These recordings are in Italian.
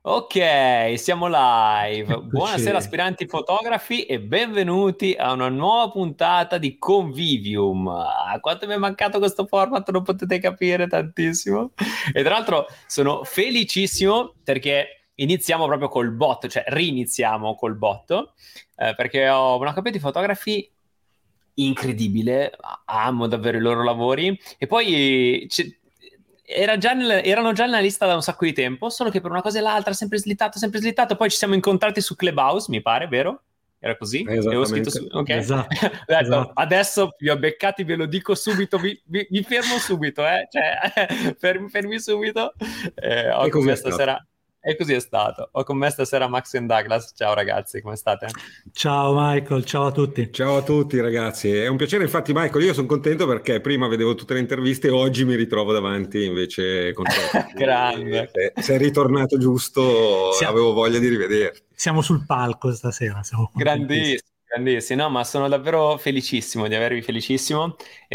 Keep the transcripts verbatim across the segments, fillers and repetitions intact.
Ok, siamo live. Buonasera Eccoci. aspiranti fotografi e benvenuti a una nuova puntata di Convivium. Ah, quanto mi è mancato questo format, lo potete capire tantissimo. E tra l'altro sono felicissimo perché iniziamo proprio col botto, cioè riniziamo col botto, eh, perché ho una coppia di fotografi incredibile, amo davvero i loro lavori e poi c'è- era già nel- erano già nella lista da un sacco di tempo, solo che per una cosa e l'altra, sempre slittato, sempre slittato. Poi ci siamo incontrati su Clubhouse, mi pare, vero? Era così? E avevo scritto su, Esattamente. ok? Esatto, Ho detto, esatto. adesso vi ho beccati, ve lo dico subito, vi, vi- mi fermo subito, eh? Cioè, fermi, fermi subito. Eh, ho E con così me è stato. stasera, e così è stato. Ho con me stasera Max e Douglas. Ciao ragazzi, come state? Ciao Michael, ciao a tutti. Ciao a tutti ragazzi, è un piacere. Infatti Michael, io sono contento perché prima vedevo tutte le interviste e oggi mi ritrovo davanti invece con te. Quindi, Grande. se sei ritornato giusto, Sia- avevo voglia di rivederti. Siamo sul palco stasera, siamo contentissimi. Grandissimo, grandissimo, no, ma sono davvero felicissimo di avervi felicissimo.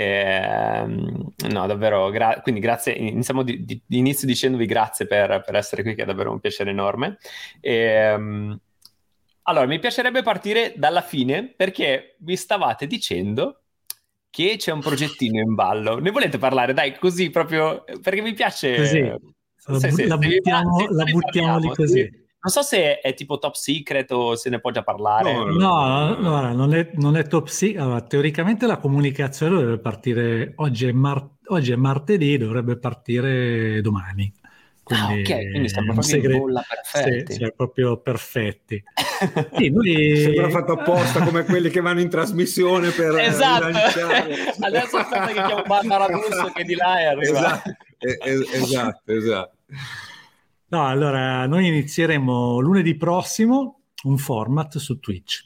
Ehm, no, davvero, gra- quindi grazie. Iniziamo di, di- di inizio dicendovi grazie per, per essere qui, che è davvero un piacere enorme. Ehm, allora, mi piacerebbe partire dalla fine perché vi stavate dicendo che c'è un progettino in ballo. Ne volete parlare? Dai, così proprio perché mi Così, piace. la, Se, bu- se, la se vi va, buttiamo, se la ne buttiamo lì parliamo, sì. così. Non so se è tipo top secret o se ne può già No, parlare. no, No, no, allora, non è, non è top secret. Allora, teoricamente la comunicazione dovrebbe partire oggi è, mar- oggi è martedì, dovrebbe partire domani. Ah, Quindi ok, quindi è siamo un proprio in segreto, bolla se, perfetti. se è proprio perfetti. Sì, sembra noi... fatto apposta come quelli che vanno in trasmissione per eh, Esatto. rilanciare. Adesso aspetta che chiamo Barbara D'Urso che di là e arriva. Esatto, es- es- esatto, esatto. No, allora, noi inizieremo lunedì prossimo un format su Twitch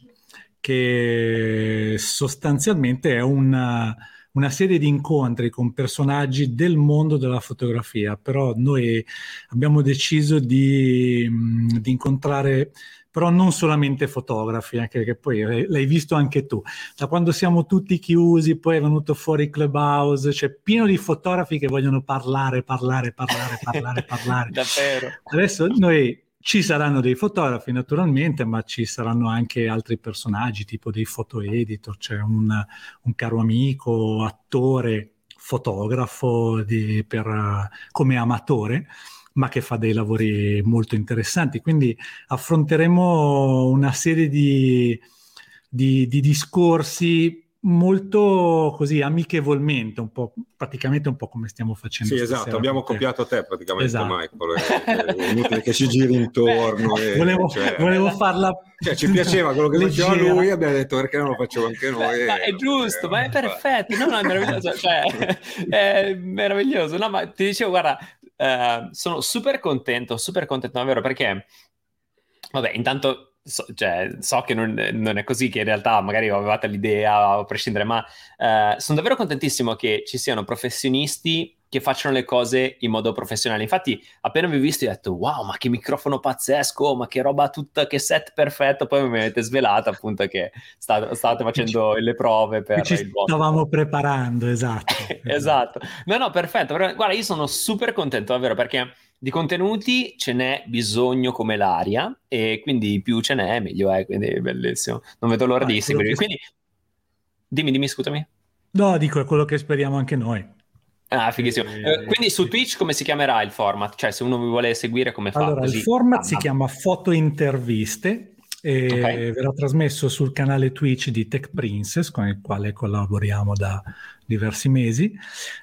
che sostanzialmente è una, una serie di incontri con personaggi del mondo della fotografia, però noi abbiamo deciso di, mh, di incontrare però non solamente fotografi, anche che poi l'hai l'hai visto anche tu. Da quando siamo tutti chiusi, poi è venuto fuori Clubhouse, c'è pieno di fotografi che vogliono parlare, parlare, parlare, parlare, parlare. Davvero. Adesso noi ci saranno dei fotografi naturalmente, ma ci saranno anche altri personaggi, tipo dei photo editor, c'è un, un caro amico, attore, fotografo di, per, uh, come amatore, ma che fa dei lavori molto interessanti. Quindi affronteremo una serie di, di, di discorsi molto così amichevolmente, un po', praticamente un po' come stiamo facendo Sì, esatto, stasera con abbiamo te. copiato te praticamente, Esatto. Michael. È, cioè, è inutile che ci giri intorno. Beh, E, Volevo, cioè, volevo bella- farla cioè, ci piaceva quello che faceva leggera. lui, abbiamo detto perché non lo facciamo anche Beh, noi. ma E è lo giusto, ma è faceva. perfetto. No, no, è meraviglioso. Cioè, è meraviglioso. No, ma ti dicevo, guarda, eh, sono super contento, super contento davvero perché, vabbè, intanto so, cioè, so che non, non è così, che in realtà magari avevate l'idea a prescindere, ma eh, sono davvero contentissimo che ci siano professionisti che facciano le cose in modo professionale. Infatti, appena vi ho visto, ho detto: wow, ma che microfono pazzesco, ma che roba tutta, che set perfetto. Poi mi avete svelato appunto che sta- state Che ci, facendo le prove che per ci il vostro. stavamo preparando, esatto, esatto. Esatto. No, no, perfetto. Però, guarda, io sono super contento davvero perché di contenuti ce n'è bisogno come l'aria e quindi più ce n'è meglio è, quindi è bellissimo. Non vedo l'ora No, è di quello seguirvi. che, Quindi dimmi, dimmi, scusami. no, dico, è quello che speriamo anche noi. Ah, fighissimo. Eh, Eh, quindi su Twitch come si chiamerà il format? Cioè, se uno vi vuole seguire, come fa? allora, il Così. format Ah, si ma- chiama Foto Interviste ok. e verrà trasmesso sul canale Twitch di Tech Princess, con il quale collaboriamo da diversi mesi.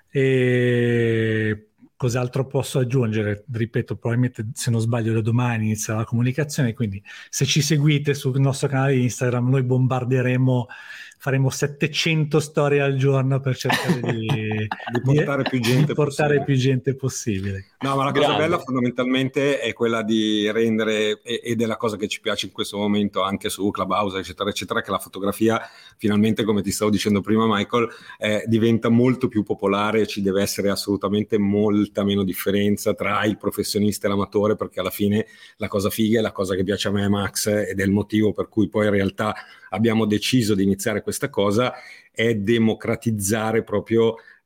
E cos'altro posso aggiungere? Ripeto, probabilmente se non sbaglio da domani inizia la comunicazione, quindi se ci seguite sul nostro canale di Instagram noi bombarderemo, faremo settecento storie al giorno per cercare di, Di di, portare più di gente portare possibile. più gente possibile. No, ma la cosa bella Grande. fondamentalmente è quella di rendere, e- ed è la cosa che ci piace in questo momento anche su Clubhouse, eccetera, eccetera, che la fotografia finalmente, come ti stavo dicendo prima, Michael, eh, diventa molto più popolare, ci deve essere assolutamente molta meno differenza tra il professionista e l'amatore, perché alla fine la cosa figa è la cosa che piace a me e a Max, ed è il motivo per cui poi in realtà abbiamo deciso di iniziare questa cosa, è democratizzare proprio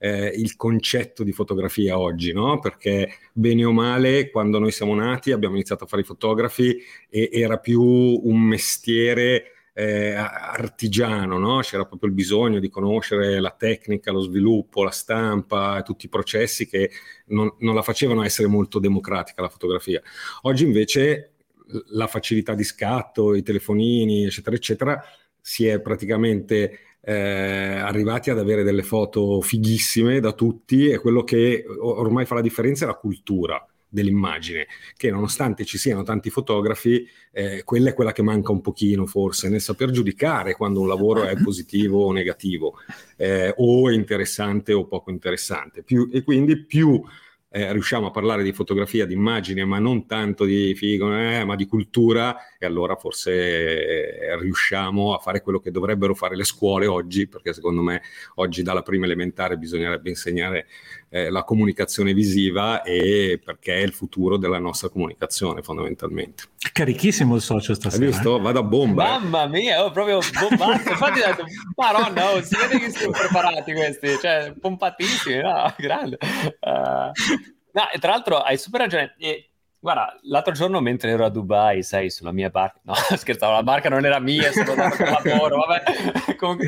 eh, il concetto di fotografia oggi, no? Perché bene o male, quando noi siamo nati abbiamo iniziato a fare i fotografi e era più un mestiere Eh, artigiano, no? C'era proprio il bisogno di conoscere la tecnica, lo sviluppo, la stampa, tutti i processi che non, non la facevano essere molto democratica la fotografia. Oggi invece la facilità di scatto, i telefonini, eccetera, eccetera, si è praticamente eh, arrivati ad avere delle foto fighissime da tutti, e quello che ormai fa la differenza è la cultura dell'immagine, che nonostante ci siano tanti fotografi, eh, quella è quella che manca un pochino forse, nel saper giudicare quando un lavoro è positivo o negativo, eh, o interessante o poco interessante. Più, e quindi più eh, riusciamo a parlare di fotografia, di immagine, ma non tanto di figo, eh, ma di cultura, e allora forse eh, riusciamo a fare quello che dovrebbero fare le scuole oggi, perché secondo me oggi dalla prima elementare bisognerebbe insegnare eh, la comunicazione visiva, e perché è il futuro della nostra comunicazione fondamentalmente. Carichissimo il socio stasera. Hai visto? Vado a bomba. Mamma mia, oh, proprio bombato. Infatti ho detto, maronna, oh, si vede che sono preparati questi, cioè pompatissimi, no? Grande. Uh, no, e tra l'altro hai super ragione. E, guarda, l'altro giorno mentre ero a Dubai, sai, sulla mia barca, no, scherzavo, la barca non era mia, sono andato per lavoro, vabbè. Comunque,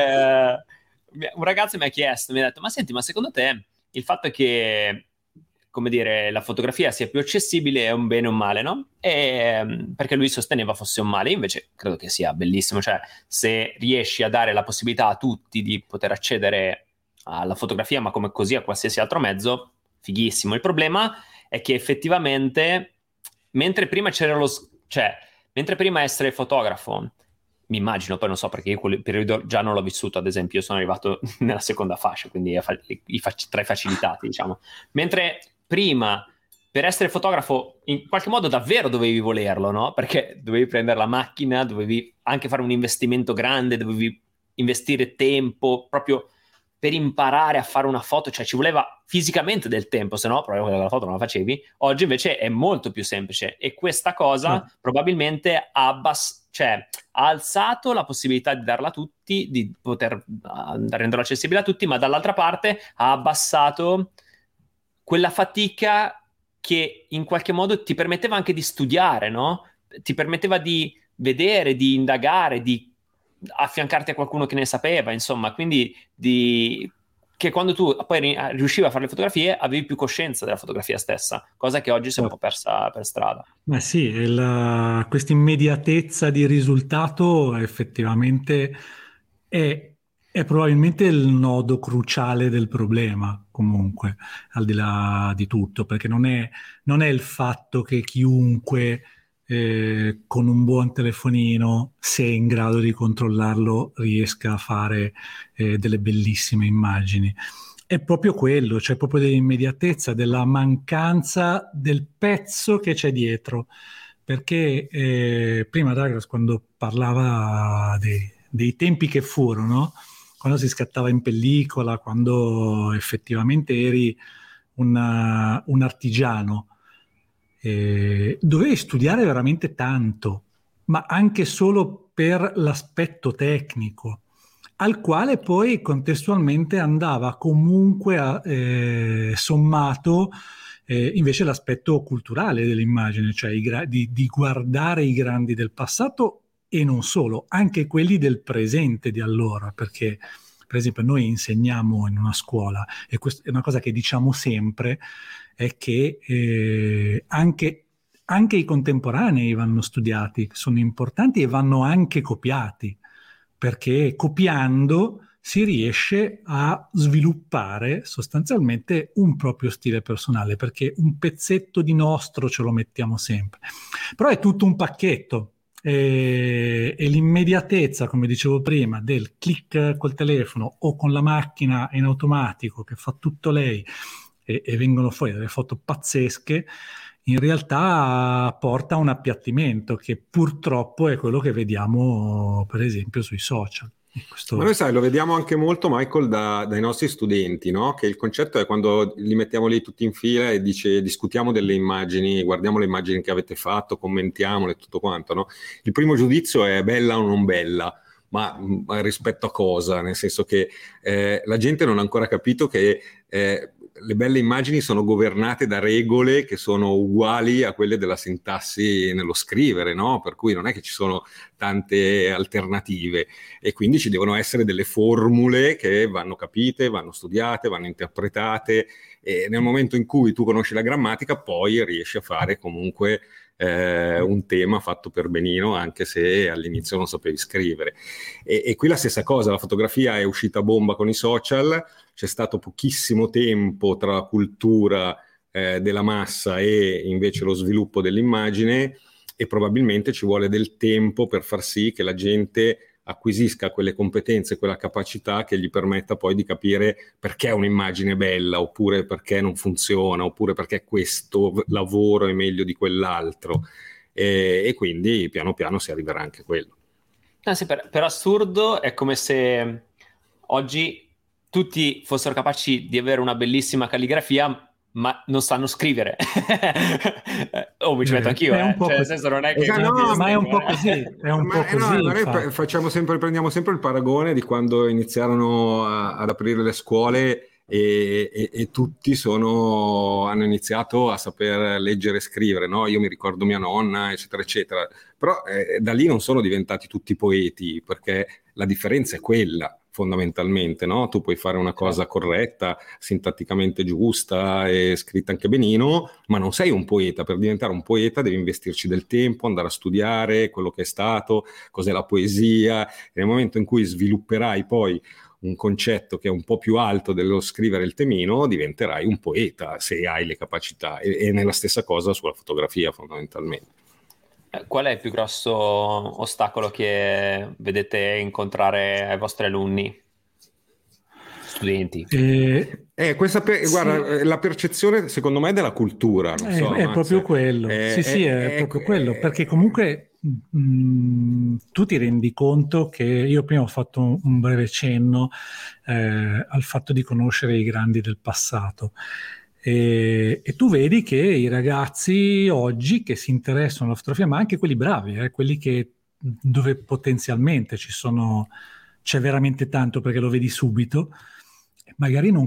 eh, un ragazzo mi ha chiesto, mi ha detto, ma senti, ma secondo te il fatto che, come dire, la fotografia sia più accessibile è un bene o un male, no? E, perché lui sosteneva fosse un male, io invece credo che sia bellissimo, cioè se riesci a dare la possibilità a tutti di poter accedere alla fotografia, ma come così a qualsiasi altro mezzo, fighissimo. Il problema è che effettivamente, mentre prima c'era lo... cioè, mentre prima essere fotografo, mi immagino, poi non so perché io quel periodo già non l'ho vissuto, ad esempio, io sono arrivato nella seconda fascia, quindi tra i facilitati, diciamo. Mentre prima, per essere fotografo, in qualche modo davvero dovevi volerlo, no? Perché dovevi prendere la macchina, dovevi anche fare un investimento grande, dovevi investire tempo proprio per imparare a fare una foto, cioè ci voleva fisicamente del tempo, se no proprio la foto non la facevi. Oggi invece è molto più semplice, e questa cosa sì. probabilmente ha, abbas- cioè, ha alzato la possibilità di darla a tutti, di poter uh, renderlo accessibile a tutti, ma dall'altra parte ha abbassato quella fatica che in qualche modo ti permetteva anche di studiare, no? Ti permetteva di vedere, di indagare, di affiancarti a qualcuno che ne sapeva, insomma, quindi di... che quando tu poi riuscivi a fare le fotografie avevi più coscienza della fotografia stessa, cosa che oggi si è un po' persa per strada. Ma sì, questa immediatezza di risultato effettivamente è, è probabilmente il nodo cruciale del problema, comunque, al di là di tutto, perché non è, non è il fatto che chiunque eh, con un buon telefonino, se è in grado di controllarlo, riesca a fare eh, delle bellissime immagini. È proprio quello, cioè proprio dell'immediatezza, della mancanza del pezzo che c'è dietro. Perché eh, prima Douglas, quando parlava dei, dei tempi che furono, quando si scattava in pellicola, quando effettivamente eri una, un artigiano, eh, dovevi studiare veramente tanto, ma anche solo per l'aspetto tecnico, al quale poi contestualmente andava comunque a, eh, sommato eh, invece l'aspetto culturale dell'immagine, cioè i gra- di, di guardare i grandi del passato, e non solo, anche quelli del presente di allora, perché per esempio noi insegniamo in una scuola, e questa è una cosa che diciamo sempre, è che eh, anche, anche i contemporanei vanno studiati, sono importanti e vanno anche copiati, perché copiando si riesce a sviluppare sostanzialmente un proprio stile personale, perché un pezzetto di nostro ce lo mettiamo sempre. Però è tutto un pacchetto, e, e l'immediatezza, come dicevo prima, del click col telefono o con la macchina in automatico che fa tutto lei, e, e vengono fuori delle foto pazzesche, in realtà porta a un appiattimento che purtroppo è quello che vediamo per esempio sui social. Questo... Ma noi sai, lo vediamo anche molto, Michael, da, dai nostri studenti, no? Che il concetto è quando li mettiamo lì tutti in fila e dice discutiamo delle immagini, guardiamo le immagini che avete fatto, commentiamole, tutto quanto, no? Il primo giudizio è bella o non bella, ma mh, rispetto a cosa? Nel senso che eh, la gente non ha ancora capito che eh, le belle immagini sono governate da regole che sono uguali a quelle della sintassi nello scrivere, no? Per cui non è che ci sono tante alternative e quindi ci devono essere delle formule che vanno capite, vanno studiate, vanno interpretate e nel momento in cui tu conosci la grammatica poi riesci a fare comunque eh, un tema fatto per benino anche se all'inizio non sapevi scrivere. E, e qui la stessa cosa, la fotografia è uscita a bomba con i social, c'è stato pochissimo tempo tra la cultura eh, della massa e invece lo sviluppo dell'immagine e probabilmente ci vuole del tempo per far sì che la gente acquisisca quelle competenze, quella capacità che gli permetta poi di capire perché un'immagine è bella, oppure perché non funziona, oppure perché questo lavoro è meglio di quell'altro. E, e quindi piano piano si arriverà anche a quello. No, sì, per, per assurdo è come se oggi tutti fossero capaci di avere una bellissima calligrafia, ma non sanno scrivere. Oh, mi ci metto anch'io, è eh. un po' Cioè, nel così. senso, non è che... Esatto, no, ma è un po' così, è un Ma, po' eh, no, così. magari infatti. facciamo sempre, prendiamo sempre il paragone di quando iniziarono a- ad aprire le scuole e, e- e tutti sono, hanno iniziato a saper leggere e scrivere, no? Io mi ricordo mia nonna, eccetera, eccetera. Però eh, da lì non sono diventati tutti poeti, perché la differenza è quella, fondamentalmente, no? Tu puoi fare una cosa corretta, sintatticamente giusta e scritta anche benino, ma non sei un poeta. Per diventare un poeta devi investirci del tempo, andare a studiare quello che è stato, cos'è la poesia. E nel momento in cui svilupperai poi un concetto che è un po' più alto dello scrivere il temino, diventerai un poeta se hai le capacità. E, e nella stessa cosa sulla fotografia, fondamentalmente. Qual è il più grosso ostacolo che vedete incontrare ai vostri alunni? Studenti? Eh, Eh, questa per- sì, guarda, la percezione secondo me è della cultura, non è, so, è Max. proprio quello. Eh, Sì, sì, è, è- proprio è- quello, perché comunque mh, tu ti rendi conto che io prima ho fatto un, un breve cenno eh, al fatto di conoscere i grandi del passato. E, e tu vedi che i ragazzi oggi che si interessano alla fotografia, ma anche quelli bravi, eh, quelli che dove potenzialmente ci sono, c'è veramente tanto perché lo vedi subito, magari non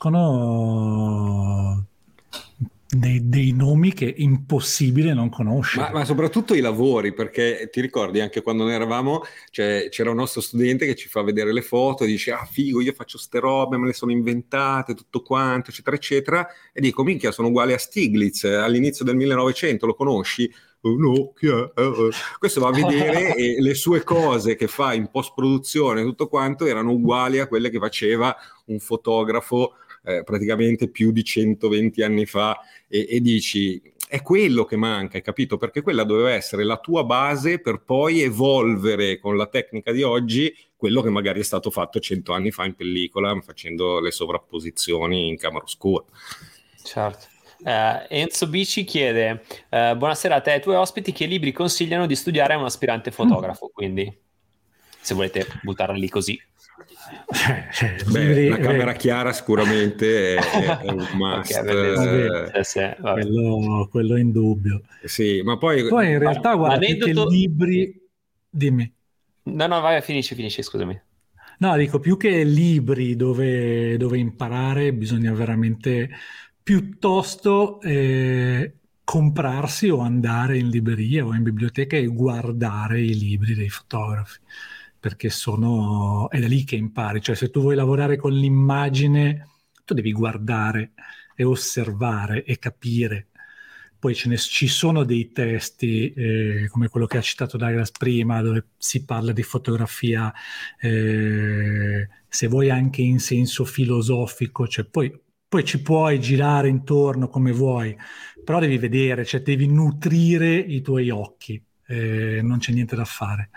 conoscono dei, dei nomi che è impossibile non conoscere. Ma, ma soprattutto i lavori, perché ti ricordi anche quando noi eravamo, cioè, c'era un nostro studente che ci fa vedere le foto e dice ah figo, io faccio ste robe, me le sono inventate, tutto quanto, eccetera, eccetera, e dico minchia, sono uguali a Stiglitz, all'inizio del millenovecento, lo conosci? Oh, no, chi è? Eh, eh. Questo va a vedere e le sue cose che fa in post-produzione, tutto quanto, erano uguali a quelle che faceva un fotografo eh, praticamente più di centoventi anni fa e, e dici è quello che manca, hai capito? Perché quella doveva essere la tua base per poi evolvere con la tecnica di oggi quello che magari è stato fatto cento anni fa in pellicola facendo le sovrapposizioni in camera oscura. Certo. Uh, Enzo Bici chiede uh, buonasera a te e ai tuoi ospiti, che libri consigliano di studiare a un aspirante fotografo? Mm. Quindi se volete buttarla lì così. Beh, libri, la camera eh, chiara sicuramente è, è un must. Okay, vabbè, sì, sì, vabbè. quello, quello è indubbio. Sì, ma poi... Poi in realtà guarda, più che libri, dimmi. No, no, vai, finisci, finisci, scusami. No, dico, più che libri dove, dove imparare, bisogna veramente piuttosto eh, comprarsi o andare in libreria o in biblioteca e guardare i libri dei fotografi, perché sono, è da lì che impari. Cioè, se tu vuoi lavorare con l'immagine, tu devi guardare e osservare e capire. Poi ce ne, ci sono dei testi, eh, come quello che ha citato Douglas prima, dove si parla di fotografia, eh, se vuoi anche in senso filosofico, cioè poi, poi ci puoi girare intorno come vuoi, però devi vedere, cioè devi nutrire i tuoi occhi, eh, non c'è niente da fare.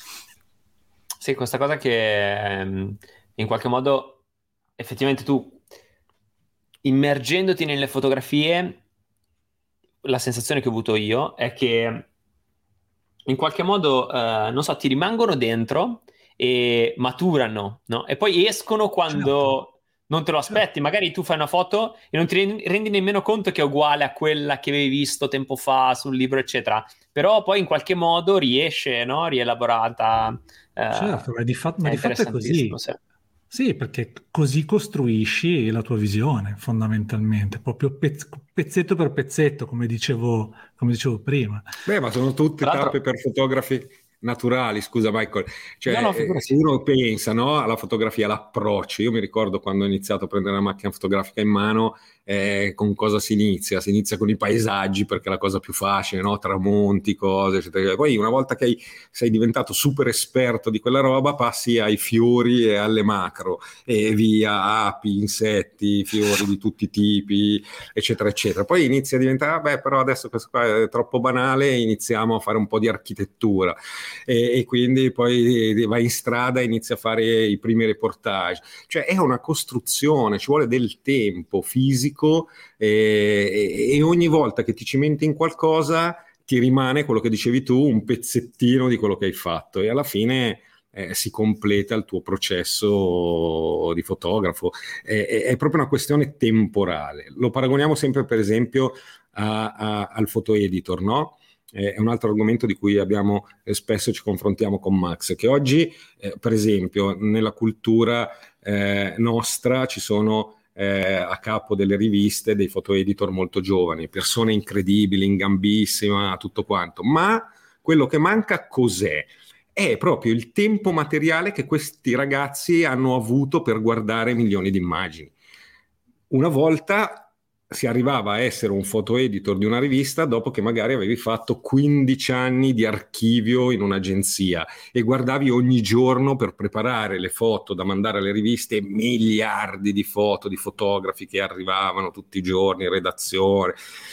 Sì, questa cosa che ehm, in qualche modo effettivamente tu, immergendoti nelle fotografie, la sensazione che ho avuto io è che in qualche modo, eh, non so, ti rimangono dentro e maturano, no? E poi escono quando, certo. non te lo aspetti, magari tu fai una foto e non ti rendi, rendi nemmeno conto che è uguale a quella che avevi visto tempo fa sul libro, eccetera, però poi in qualche modo riesce, no? Rielaborata. Eh, certo, ma di, fat- ma è di fatto è così. interessantissimo, sì. Sì, perché così costruisci la tua visione, fondamentalmente, proprio pezz- pezzetto per pezzetto, come dicevo, come dicevo prima. Beh, ma sono tutte Tra l'altro- tappe per fotografi naturali, scusa Michael. Cioè, No, no, eh, figurati. uno pensa, no, alla fotografia, l'approccio. Io mi ricordo quando ho iniziato a prendere la macchina fotografica in mano, eh, con cosa si inizia? Si inizia con i paesaggi, perché è la cosa più facile, no? Tramonti, cose, eccetera. Poi una volta che hai- sei diventato super esperto di quella roba, passi ai fiori e alle macro, e via, api, insetti, fiori di tutti i tipi, eccetera, eccetera. Poi inizia a diventare, ah, beh, però adesso questo qua è troppo banale, iniziamo a fare un po' di architettura. E, e quindi poi vai in strada e inizi a fare i primi reportage. Cioè è una costruzione, ci vuole del tempo fisico, e, e ogni volta che ti cimenti in qualcosa ti rimane quello che dicevi tu, un pezzettino di quello che hai fatto, e alla fine eh, si completa il tuo processo di fotografo. È, è, è proprio una questione temporale. Lo paragoniamo sempre, per esempio, a, a, al photo editor, no? È un altro argomento di cui abbiamo eh, spesso ci confrontiamo con Max, che oggi eh, per esempio nella cultura eh, nostra ci sono eh, a capo delle riviste dei photo editor molto giovani, persone incredibili, in gambissima, tutto quanto, ma quello che manca cos'è? È proprio il tempo materiale che questi ragazzi hanno avuto per guardare milioni di immagini. Una volta si arrivava a essere un photo editor di una rivista dopo che magari avevi fatto quindici anni di archivio in un'agenzia e guardavi ogni giorno per preparare le foto da mandare alle riviste, miliardi di foto di fotografi che arrivavano tutti i giorni in redazione,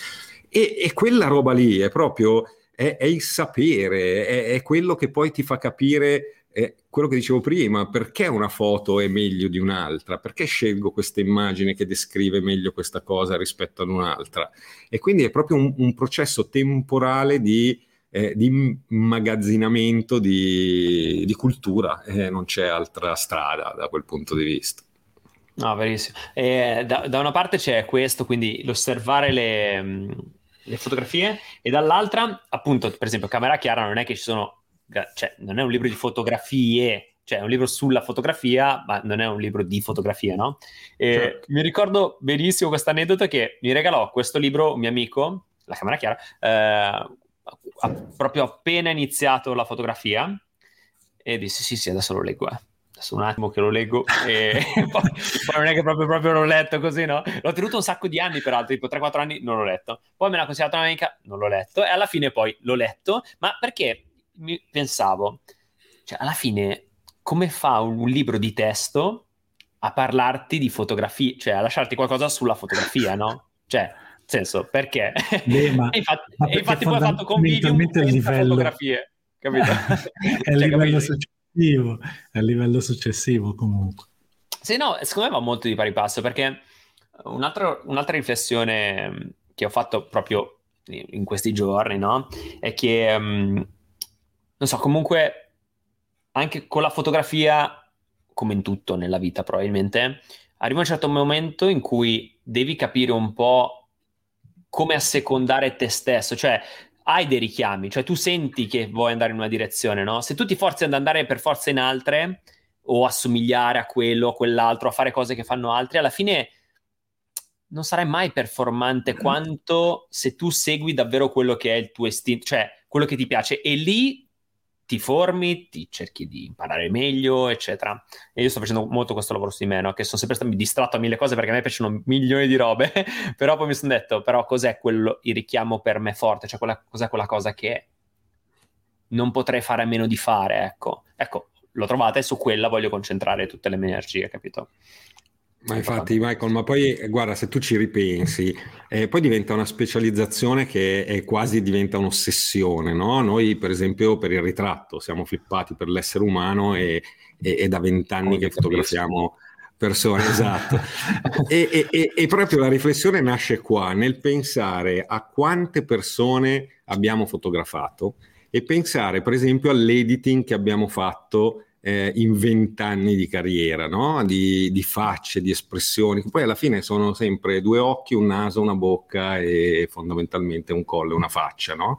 e, e quella roba lì è proprio è, è il sapere, è, è quello che poi ti fa capire è quello che dicevo prima, perché una foto è meglio di un'altra, perché scelgo questa immagine che descrive meglio questa cosa rispetto ad un'altra, e quindi è proprio un, un processo temporale di, eh, di immagazzinamento di, di cultura, e eh, non c'è altra strada da quel punto di vista. No, verissimo. E da, da una parte c'è questo, quindi l'osservare le, le fotografie, e dall'altra, appunto, per esempio, Camera Chiara non è che ci sono, cioè, non è un libro di fotografie, cioè è un libro sulla fotografia, ma non è un libro di fotografia, no? E Certo. mi ricordo benissimo questo aneddoto che mi regalò questo libro un mio amico, La Camera Chiara, eh, ha proprio appena iniziato la fotografia, e disse sì sì, adesso lo leggo, eh. Adesso un attimo che lo leggo, e poi, poi non è che proprio, proprio l'ho letto così, no? L'ho tenuto un sacco di anni, peraltro, tipo tre quattro anni non l'ho letto. Poi me l'ha consigliato un'amica, non l'ho letto, e alla fine poi l'ho letto, ma perché mi pensavo, cioè alla fine come fa un, un libro di testo a parlarti di fotografia, cioè a lasciarti qualcosa sulla fotografia, no? Cioè, nel senso, perché? Beh, ma, e infatti, ma e perché infatti poi ho fatto Convivium fondamentalmente il senza livello fotografie, capito? è il Cioè, livello capito? successivo, è il livello successivo comunque. Sì, no, secondo me va molto di pari passo, perché un altro- un'altra riflessione che ho fatto proprio in questi giorni, no? È che, mm, non so, comunque anche con la fotografia, come in tutto nella vita probabilmente, arriva un certo momento in cui devi capire un po' come assecondare te stesso, cioè hai dei richiami, cioè tu senti che vuoi andare in una direzione, no? Se tu ti forzi ad andare per forza in altre, o assomigliare a quello o a quell'altro, a fare cose che fanno altri, alla fine non sarai mai performante quanto se tu segui davvero quello che è il tuo istinto, cioè quello che ti piace, e lì ti formi, ti cerchi di imparare meglio, eccetera. E io sto facendo molto questo lavoro su di me, no? Che sono sempre stato distratto a mille cose perché a me piacciono milioni di robe, però poi mi sono detto, però cos'è quello, il richiamo per me forte? Cioè quella, cos'è quella cosa che non potrei fare a meno di fare, ecco. Ecco, l'ho trovata e su quella voglio concentrare tutte le mie energie, capito? Ma infatti, Michael, ma poi guarda, se tu ci ripensi, eh, poi diventa una specializzazione che è quasi diventa un'ossessione, no? Noi, per esempio, per il ritratto siamo flippati per l'essere umano, e, e, e da vent'anni che fotografiamo persone, esatto. e, e, e, e proprio la riflessione nasce qua, nel pensare a quante persone abbiamo fotografato, e pensare, per esempio, all'editing che abbiamo fatto eh, in vent'anni di carriera, no? Di, di facce, di espressioni, che poi alla fine sono sempre due occhi, un naso, una bocca e fondamentalmente un collo e una faccia, no?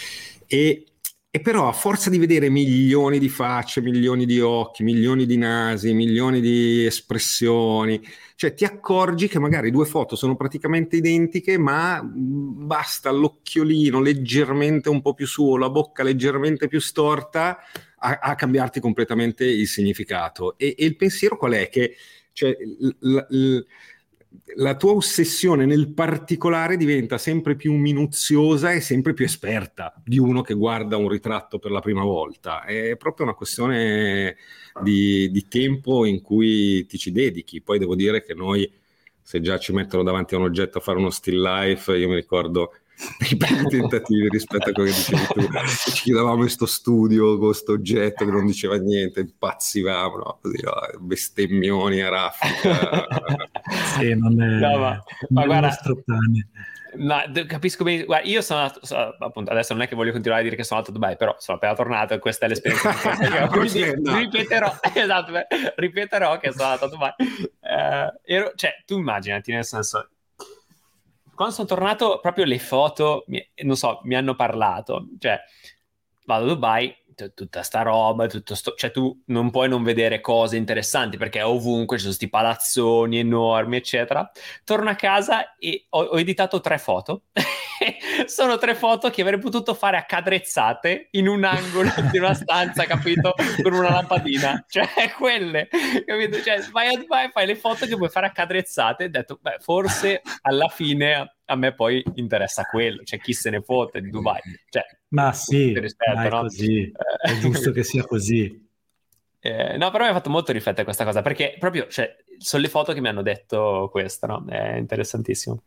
E, e però a forza di vedere milioni di facce, milioni di occhi, milioni di nasi, milioni di espressioni, cioè ti accorgi che magari due foto sono praticamente identiche, ma basta l'occhiolino leggermente un po' più su o la bocca leggermente più storta a, a cambiarti completamente il significato. E, e il pensiero qual è? Che cioè, l, l, la tua ossessione nel particolare diventa sempre più minuziosa e sempre più esperta di uno che guarda un ritratto per la prima volta. È proprio una questione di, di tempo in cui ti ci dedichi. Poi devo dire che noi, se già ci mettono davanti a un oggetto a fare uno still life, io mi ricordo i primi tentativi rispetto a quello che dicevi tu, ci chiedevamo in sto studio con questo oggetto che non diceva niente, impazzivamo, no? Così, no? Bestemmioni a raffica. Sì, non è, no, ma, ma guarda, nostro pane. No, capisco bene. Guarda, io sono andato, so, appunto, adesso non è che voglio continuare a dire che sono andato a Dubai, però sono appena tornato e questa è l'esperienza che ho, quindi ripeterò, esatto, ripeterò che sono andato a Dubai. Uh, ero, cioè, tu immaginati, nel senso, quando sono tornato, proprio le foto, mi, non so, mi hanno parlato. Cioè, vado a Dubai, t- tutta sta roba, tutto sto, cioè tu non puoi non vedere cose interessanti perché ovunque ci sono sti palazzoni enormi, eccetera. Torno a casa e ho, ho editato tre foto. Sono tre foto che avrei potuto fare a cadrezzate in un angolo di una stanza, capito? Con una lampadina. Cioè, quelle, capito? Cioè, vai a Dubai, fai le foto che puoi fare a cadrezzate. E ho detto, beh, forse alla fine a me poi interessa quello. Cioè, chi se ne fotte di Dubai? Cioè, ma sì, rispetto, ma è no? così. È giusto che sia così. Eh, no, però mi ha fatto molto riflettere questa cosa, perché proprio, cioè, sono le foto che mi hanno detto questo, no? È interessantissimo.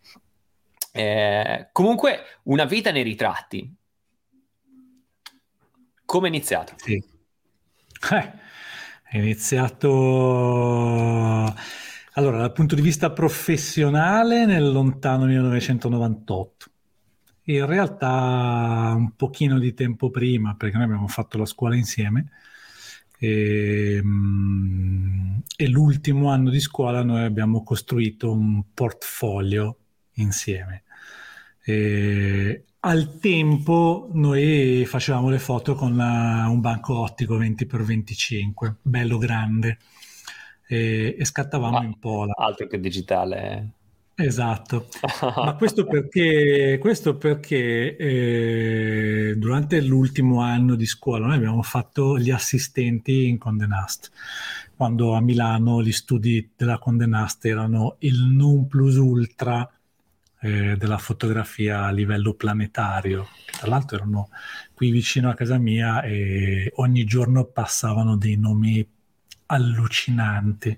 Eh, comunque, una vita nei ritratti. Come è iniziato? Sì. Eh, è iniziato allora dal punto di vista professionale nel lontano millenovecentonovantotto. In realtà un pochino di tempo prima, perché noi abbiamo fatto la scuola insieme e, e l'ultimo anno di scuola noi abbiamo costruito un portfolio insieme. E al tempo noi facevamo le foto con la, un banco ottico venti per venticinque, bello grande, e, e scattavamo ah, in pola. Altro che digitale. Esatto, ma questo perché, questo perché eh, durante l'ultimo anno di scuola noi abbiamo fatto gli assistenti in Condé Nast, quando a Milano gli studi della Condé Nast erano il non plus ultra eh, della fotografia a livello planetario, che tra l'altro erano qui vicino a casa mia e ogni giorno passavano dei nomi allucinanti.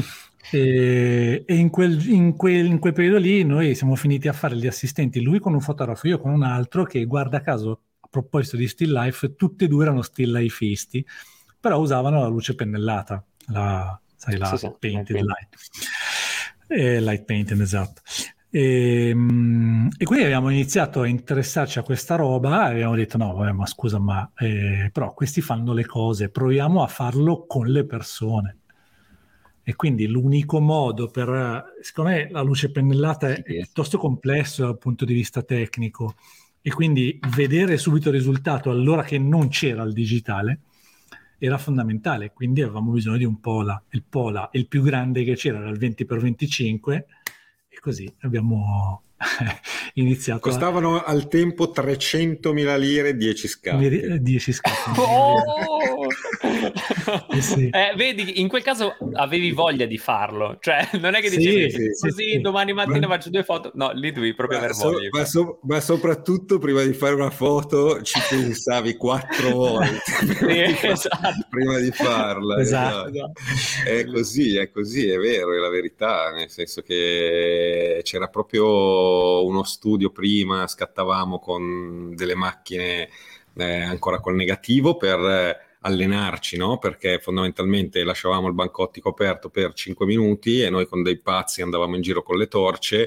E, e in, quel, in, quel, in quel periodo lì noi siamo finiti a fare gli assistenti, lui con un fotografo, io con un altro, che guarda caso, a proposito di still life, tutti e due erano still lifeisti, però usavano la luce pennellata, la, sai, la sì, sì, painted light, eh, light painted, esatto. E, e quindi abbiamo iniziato a interessarci a questa roba e abbiamo detto no vabbè, ma scusa, ma eh, però questi fanno le cose, proviamo a farlo con le persone. E quindi l'unico modo per, secondo me la luce pennellata è, è piuttosto complesso dal punto di vista tecnico, e quindi vedere subito il risultato allora che non c'era il digitale era fondamentale, quindi avevamo bisogno di un Pola. Il Pola, il più grande che c'era, era il venti per venticinque, e così abbiamo iniziato. Costavano a... al tempo trecentomila lire, dieci scatti. dieci scatti. Oh! eh sì. eh, vedi, in quel caso avevi voglia di farlo, cioè non è che dicevi sì, sì, così sì, domani mattina ma... faccio due foto, no, lì devi proprio aver so, voglia. Ma, so, ma soprattutto prima di fare una foto ci pensavi quattro volte prima, sì, di esatto. far, prima di farla. Esatto. Esatto. È così, è così, è vero, è la verità, nel senso che c'era proprio uno studio prima, scattavamo con delle macchine eh, ancora col negativo per eh, allenarci, no? Perché fondamentalmente lasciavamo il banco ottico aperto per cinque minuti e noi con dei pazzi andavamo in giro con le torce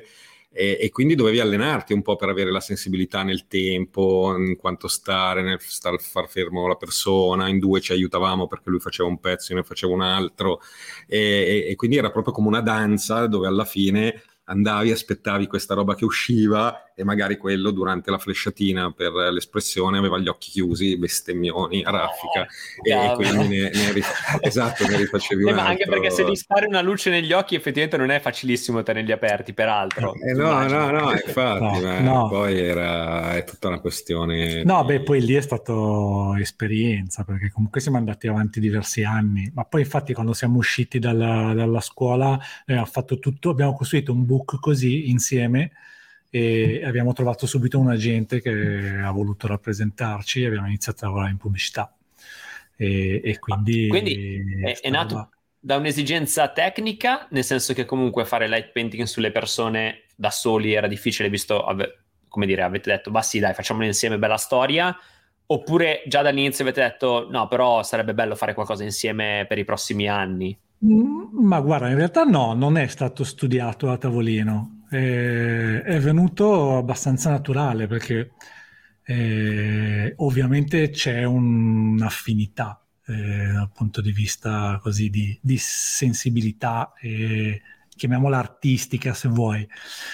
e, e quindi dovevi allenarti un po' per avere la sensibilità nel tempo, in quanto stare, nel star, far fermo la persona, in due ci aiutavamo perché lui faceva un pezzo, io ne facevo un altro, e, e, e quindi era proprio come una danza dove alla fine andavi, aspettavi questa roba che usciva e magari quello durante la flesciatina per l'espressione aveva gli occhi chiusi, bestemmioni a raffica, oh, e, e quindi ne, ne, rif- esatto, ne rifacevi eh, un ma altro. anche perché se gli spari una luce negli occhi effettivamente non è facilissimo tenerli aperti, peraltro. Eh, no, no, no, infatti, no, ma no. poi era è tutta una questione no di... beh, poi lì è stato esperienza, perché comunque siamo andati avanti diversi anni, ma poi infatti quando siamo usciti dalla, dalla scuola eh, abbiamo fatto tutto, abbiamo costruito un book così insieme e abbiamo trovato subito un agente che ha voluto rappresentarci e abbiamo iniziato a lavorare in pubblicità e, e quindi, quindi è, è nato roba... da un'esigenza tecnica, nel senso che comunque fare light painting sulle persone da soli era difficile, visto, come dire, avete detto, bah sì dai, facciamolo insieme, bella storia, oppure già dall'inizio avete detto no, però sarebbe bello fare qualcosa insieme per i prossimi anni? Ma guarda, in realtà no, non è stato studiato a tavolino, è, è venuto abbastanza naturale perché eh, ovviamente c'è un'affinità eh, dal punto di vista così di, di sensibilità, eh, chiamiamola artistica se vuoi.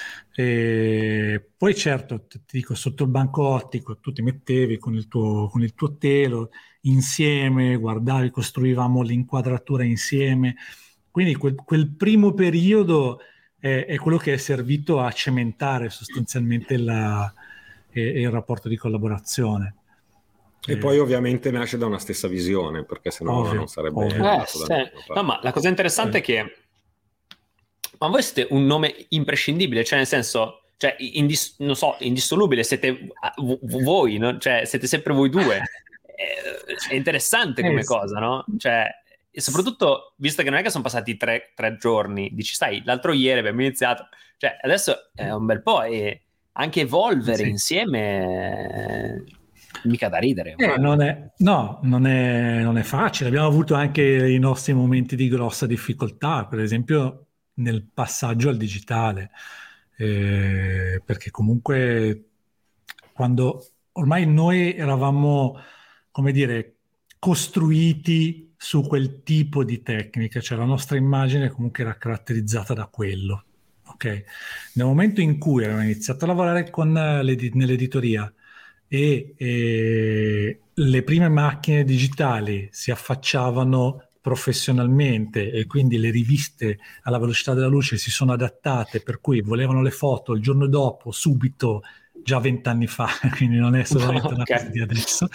E poi certo, ti dico, sotto il banco ottico tu ti mettevi con il tuo, con il tuo telo insieme, guardavi, costruivamo l'inquadratura insieme, quindi quel, quel primo periodo è, è quello che è servito a cementare sostanzialmente la, eh, il rapporto di collaborazione. E eh, poi ovviamente nasce da una stessa visione, perché sennò ovvio, non sarebbe eh, andato sì. da nessuna parte. No, ma la cosa interessante eh. è che ma voi siete un nome imprescindibile, cioè nel senso, cioè indis- non so, indissolubile, siete v- voi, no? Cioè siete sempre voi due. È interessante come eh, cosa, no? Cioè, e soprattutto, visto che non è che sono passati tre, tre giorni, dici, sai, l'altro ieri abbiamo iniziato, cioè adesso è un bel po' e anche evolvere sì. insieme... mica da ridere. Eh, non è, no, non è, non è facile. Abbiamo avuto anche i nostri momenti di grossa difficoltà, per esempio nel passaggio al digitale, eh, perché comunque quando ormai noi eravamo, come dire, costruiti su quel tipo di tecnica, cioè la nostra immagine comunque era caratterizzata da quello. Okay? Nel momento in cui abbiamo iniziato a lavorare con l'edit- nell'editoria e, e le prime macchine digitali si affacciavano professionalmente e quindi le riviste alla velocità della luce si sono adattate, per cui volevano le foto il giorno dopo, subito, già vent'anni fa, quindi non è solamente una cosa di adesso.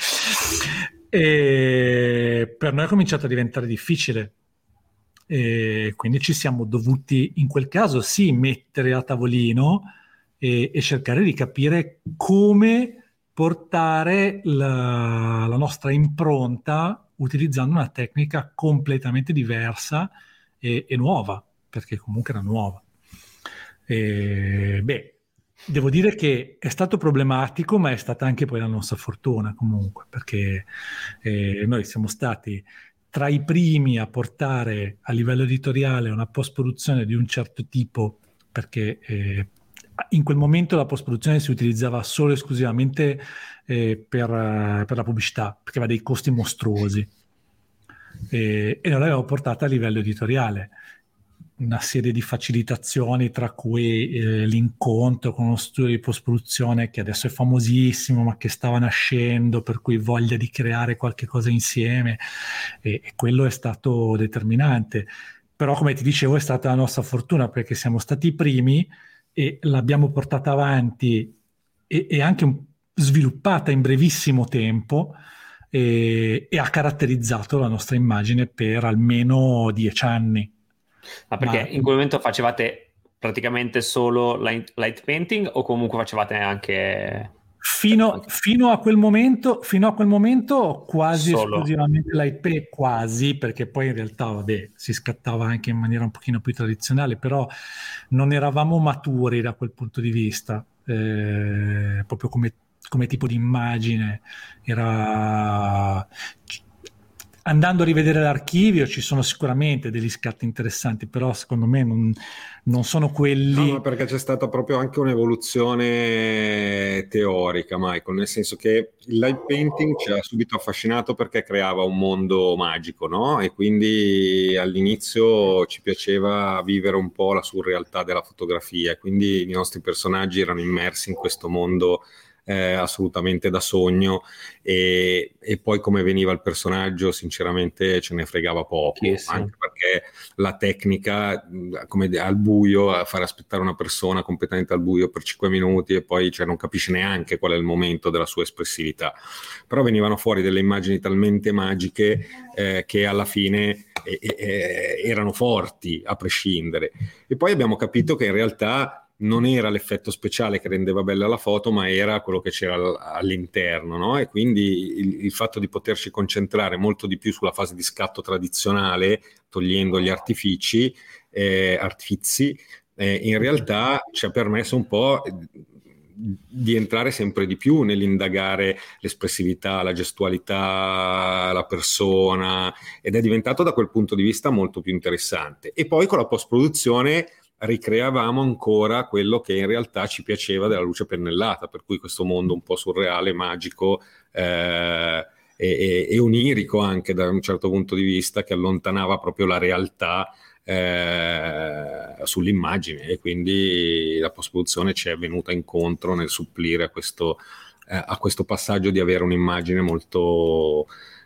E per noi è cominciato a diventare difficile. E quindi ci siamo dovuti in quel caso sì mettere a tavolino e, e cercare di capire come portare la, la nostra impronta utilizzando una tecnica completamente diversa e, e nuova, perché comunque era nuova. E, beh, devo dire che è stato problematico, ma è stata anche poi la nostra fortuna comunque, perché eh, noi siamo stati tra i primi a portare a livello editoriale una post-produzione di un certo tipo, perché eh, in quel momento la post-produzione si utilizzava solo e esclusivamente eh, per, uh, per la pubblicità, perché aveva dei costi mostruosi. E, e noi l'abbiamo portata a livello editoriale. Una serie di facilitazioni, tra cui eh, l'incontro con uno studio di post-produzione che adesso è famosissimo, ma che stava nascendo, per cui voglia di creare qualche cosa insieme, e, e quello è stato determinante. Però, come ti dicevo, è stata la nostra fortuna, perché siamo stati i primi e l'abbiamo portata avanti e, e anche un, sviluppata in brevissimo tempo e, e ha caratterizzato la nostra immagine per almeno dieci anni. Ma perché Ma... in quel momento facevate praticamente solo light, light painting o comunque facevate anche... Fino, fino a quel momento, fino a quel momento quasi Solo. esclusivamente light paint, quasi, perché poi in realtà vabbè, si scattava anche in maniera un pochino più tradizionale, però non eravamo maturi da quel punto di vista, eh, proprio come, come tipo di immagine. Era... andando a rivedere l'archivio ci sono sicuramente degli scatti interessanti, però secondo me non, non sono quelli... No, ma perché c'è stata proprio anche un'evoluzione teorica, Michael, nel senso che il live painting ci ha subito affascinato perché creava un mondo magico, no? E quindi all'inizio ci piaceva vivere un po' la surrealtà della fotografia, quindi i nostri personaggi erano immersi in questo mondo Eh, assolutamente da sogno, e, e poi come veniva il personaggio sinceramente ce ne fregava poco, Sì, sì. anche perché la tecnica, come al buio, a fare aspettare una persona completamente al buio per cinque minuti e poi cioè, non capisce neanche qual è il momento della sua espressività, però venivano fuori delle immagini talmente magiche eh, che alla fine eh, eh, erano forti a prescindere. E poi abbiamo capito che in realtà non era l'effetto speciale che rendeva bella la foto, ma era quello che c'era all'interno, no? E quindi il, il fatto di poterci concentrare molto di più sulla fase di scatto tradizionale, togliendo gli artifici, eh, artifizi, eh, in realtà ci ha permesso un po' di entrare sempre di più nell'indagare l'espressività, la gestualità, la persona, ed è diventato da quel punto di vista molto più interessante. E poi con la post-produzione ricreavamo ancora quello che in realtà ci piaceva della luce pennellata, per cui questo mondo un po' surreale, magico eh, e, e onirico anche da un certo punto di vista, che allontanava proprio la realtà eh, sull'immagine, e quindi la post-produzione ci è venuta incontro nel supplire a questo, eh, a questo passaggio di avere un'immagine molto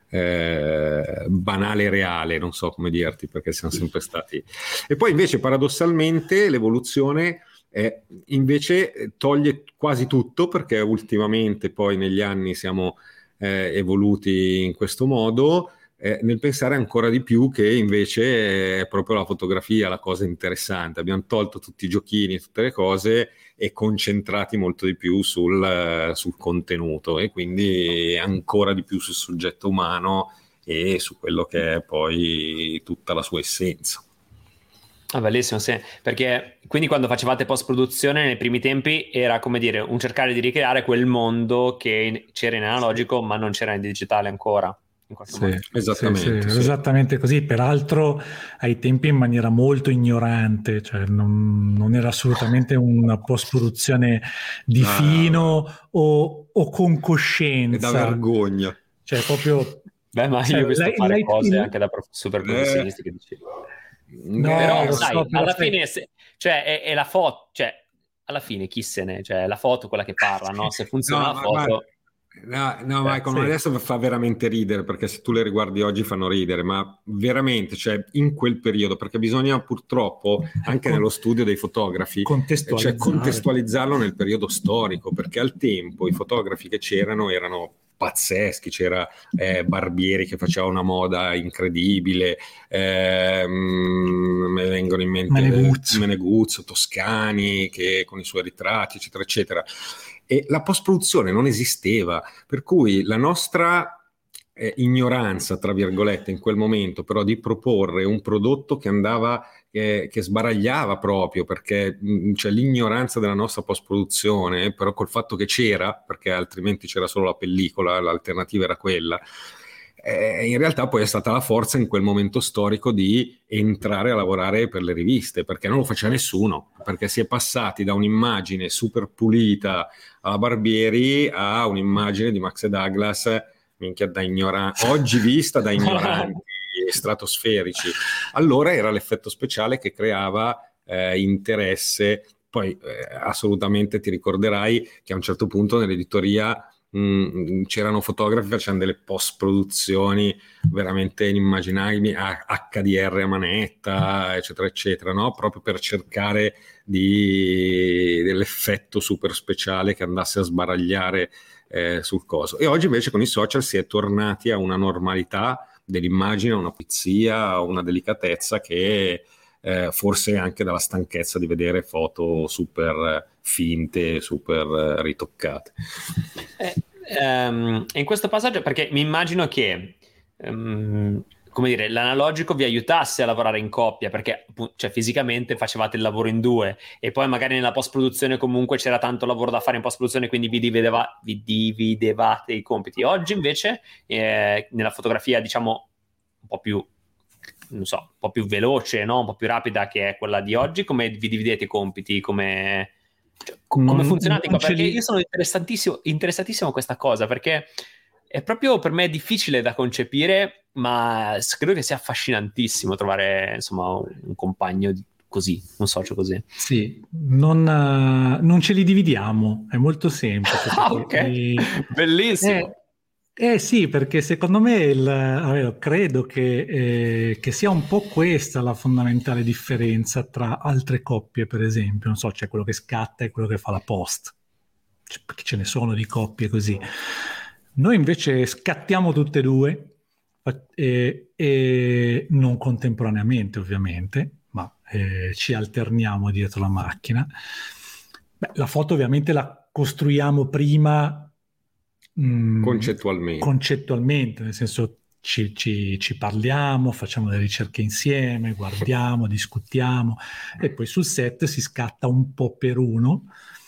Eh, banale e reale, non so come dirti, perché siamo sempre stati. E poi invece paradossalmente l'evoluzione eh, invece toglie quasi tutto, perché ultimamente poi negli anni siamo eh, evoluti in questo modo, eh, nel pensare ancora di più che invece è proprio la fotografia la cosa interessante. Abbiamo tolto tutti i giochini, tutte le cose, e concentrati molto di più sul, sul contenuto, e quindi ancora di più sul soggetto umano e su quello che è poi tutta la sua essenza. Ah, bellissimo, sì, perché quindi quando facevate post-produzione nei primi tempi era come dire un cercare di ricreare quel mondo che c'era in analogico ma non c'era in digitale ancora. In qualche sì, modo. Esattamente, sì, sì, sì. Esattamente così, peraltro ai tempi in maniera molto ignorante, cioè non, non era assolutamente una post-produzione di Ah, fino beh. o, o con È coscienza, da vergogna. cioè proprio... Beh, ma sai, io ho visto lei- fare lei- cose il- anche da prof- super Eh, professionisti che dicevo. No, Però eh, lo sai, so, però alla sai- fine se- cioè è, è la foto, cioè alla fine chi se ne, cioè è la foto quella che parla, no? Se funziona No, la ma, ma- foto, no, no, eh, Michael, ma sì. adesso fa veramente ridere, perché se tu le riguardi oggi fanno ridere, ma veramente, cioè in quel periodo, perché bisogna purtroppo anche Con- nello studio dei fotografi, eh, cioè contestualizzare. contestualizzarlo nel periodo storico, perché al tempo i fotografi che c'erano erano pazzeschi, c'era eh, Barbieri che faceva una moda incredibile, ehm, me vengono in mente Meneguzzo. Meneguzzo, Toscani, che con i suoi ritratti, eccetera, eccetera. E la post-produzione non esisteva, per cui la nostra eh, ignoranza, tra virgolette, in quel momento, però di proporre un prodotto che andava, eh, che sbaragliava proprio, perché mh, cioè, l'ignoranza della nostra post-produzione, però col fatto che c'era, perché altrimenti c'era solo la pellicola, l'alternativa era quella, eh, in realtà poi è stata la forza in quel momento storico di entrare a lavorare per le riviste, perché non lo faceva nessuno, perché si è passati da un'immagine super pulita alla Barbieri a un'immagine di Max e Douglas, minchia, da ignoranti, oggi vista da ignoranti stratosferici. Allora era l'effetto speciale che creava eh, interesse. Poi eh, assolutamente ti ricorderai che a un certo punto nell'editoria mh, c'erano fotografi che facevano delle post-produzioni veramente inimmaginabili, acca di erre a manetta, eccetera, eccetera, no? Proprio per cercare di, dell'effetto super speciale che andasse a sbaragliare eh, sul coso. E oggi invece con i social si è tornati a una normalità dell'immagine, a una pulizia, a una delicatezza che eh, forse anche dalla stanchezza di vedere foto super finte, super eh, ritoccate. Eh, ehm, in questo passaggio, perché mi immagino che ehm, come dire, l'analogico vi aiutasse a lavorare in coppia, perché cioè, fisicamente facevate il lavoro in due e poi magari nella post-produzione comunque c'era tanto lavoro da fare in post-produzione, quindi vi, divideva, vi dividevate i compiti. Oggi invece eh, nella fotografia, diciamo, un po' più, non so, un po' più veloce, no? Un po' più rapida che è quella di oggi. Come vi dividete i compiti? Come, cioè, co- come Non, funzionate non qua? ce Perché li... io sono interessantissimo, interessatissimo a questa cosa, perché è proprio per me difficile da concepire, ma credo che sia affascinantissimo trovare, insomma, un, un compagno di- così, un socio così. Sì, non, eh, non ce li dividiamo, è molto semplice. Ah, Perché, ok, eh, bellissimo. eh, eh sì, perché secondo me il, eh, credo che, eh, che sia un po' questa la fondamentale differenza tra altre coppie, per esempio. Non so, c'è quello che scatta e quello che fa la post, Cioè, perché ce ne sono di coppie così. Noi invece scattiamo tutte e due, fa- e, e non contemporaneamente, ovviamente, ma eh, ci alterniamo dietro la macchina. Beh, la foto ovviamente la costruiamo prima mh, Concettualmente. concettualmente, nel senso ci, ci- ci parliamo, facciamo delle ricerche insieme, guardiamo, discutiamo e poi sul set si scatta un po' per uno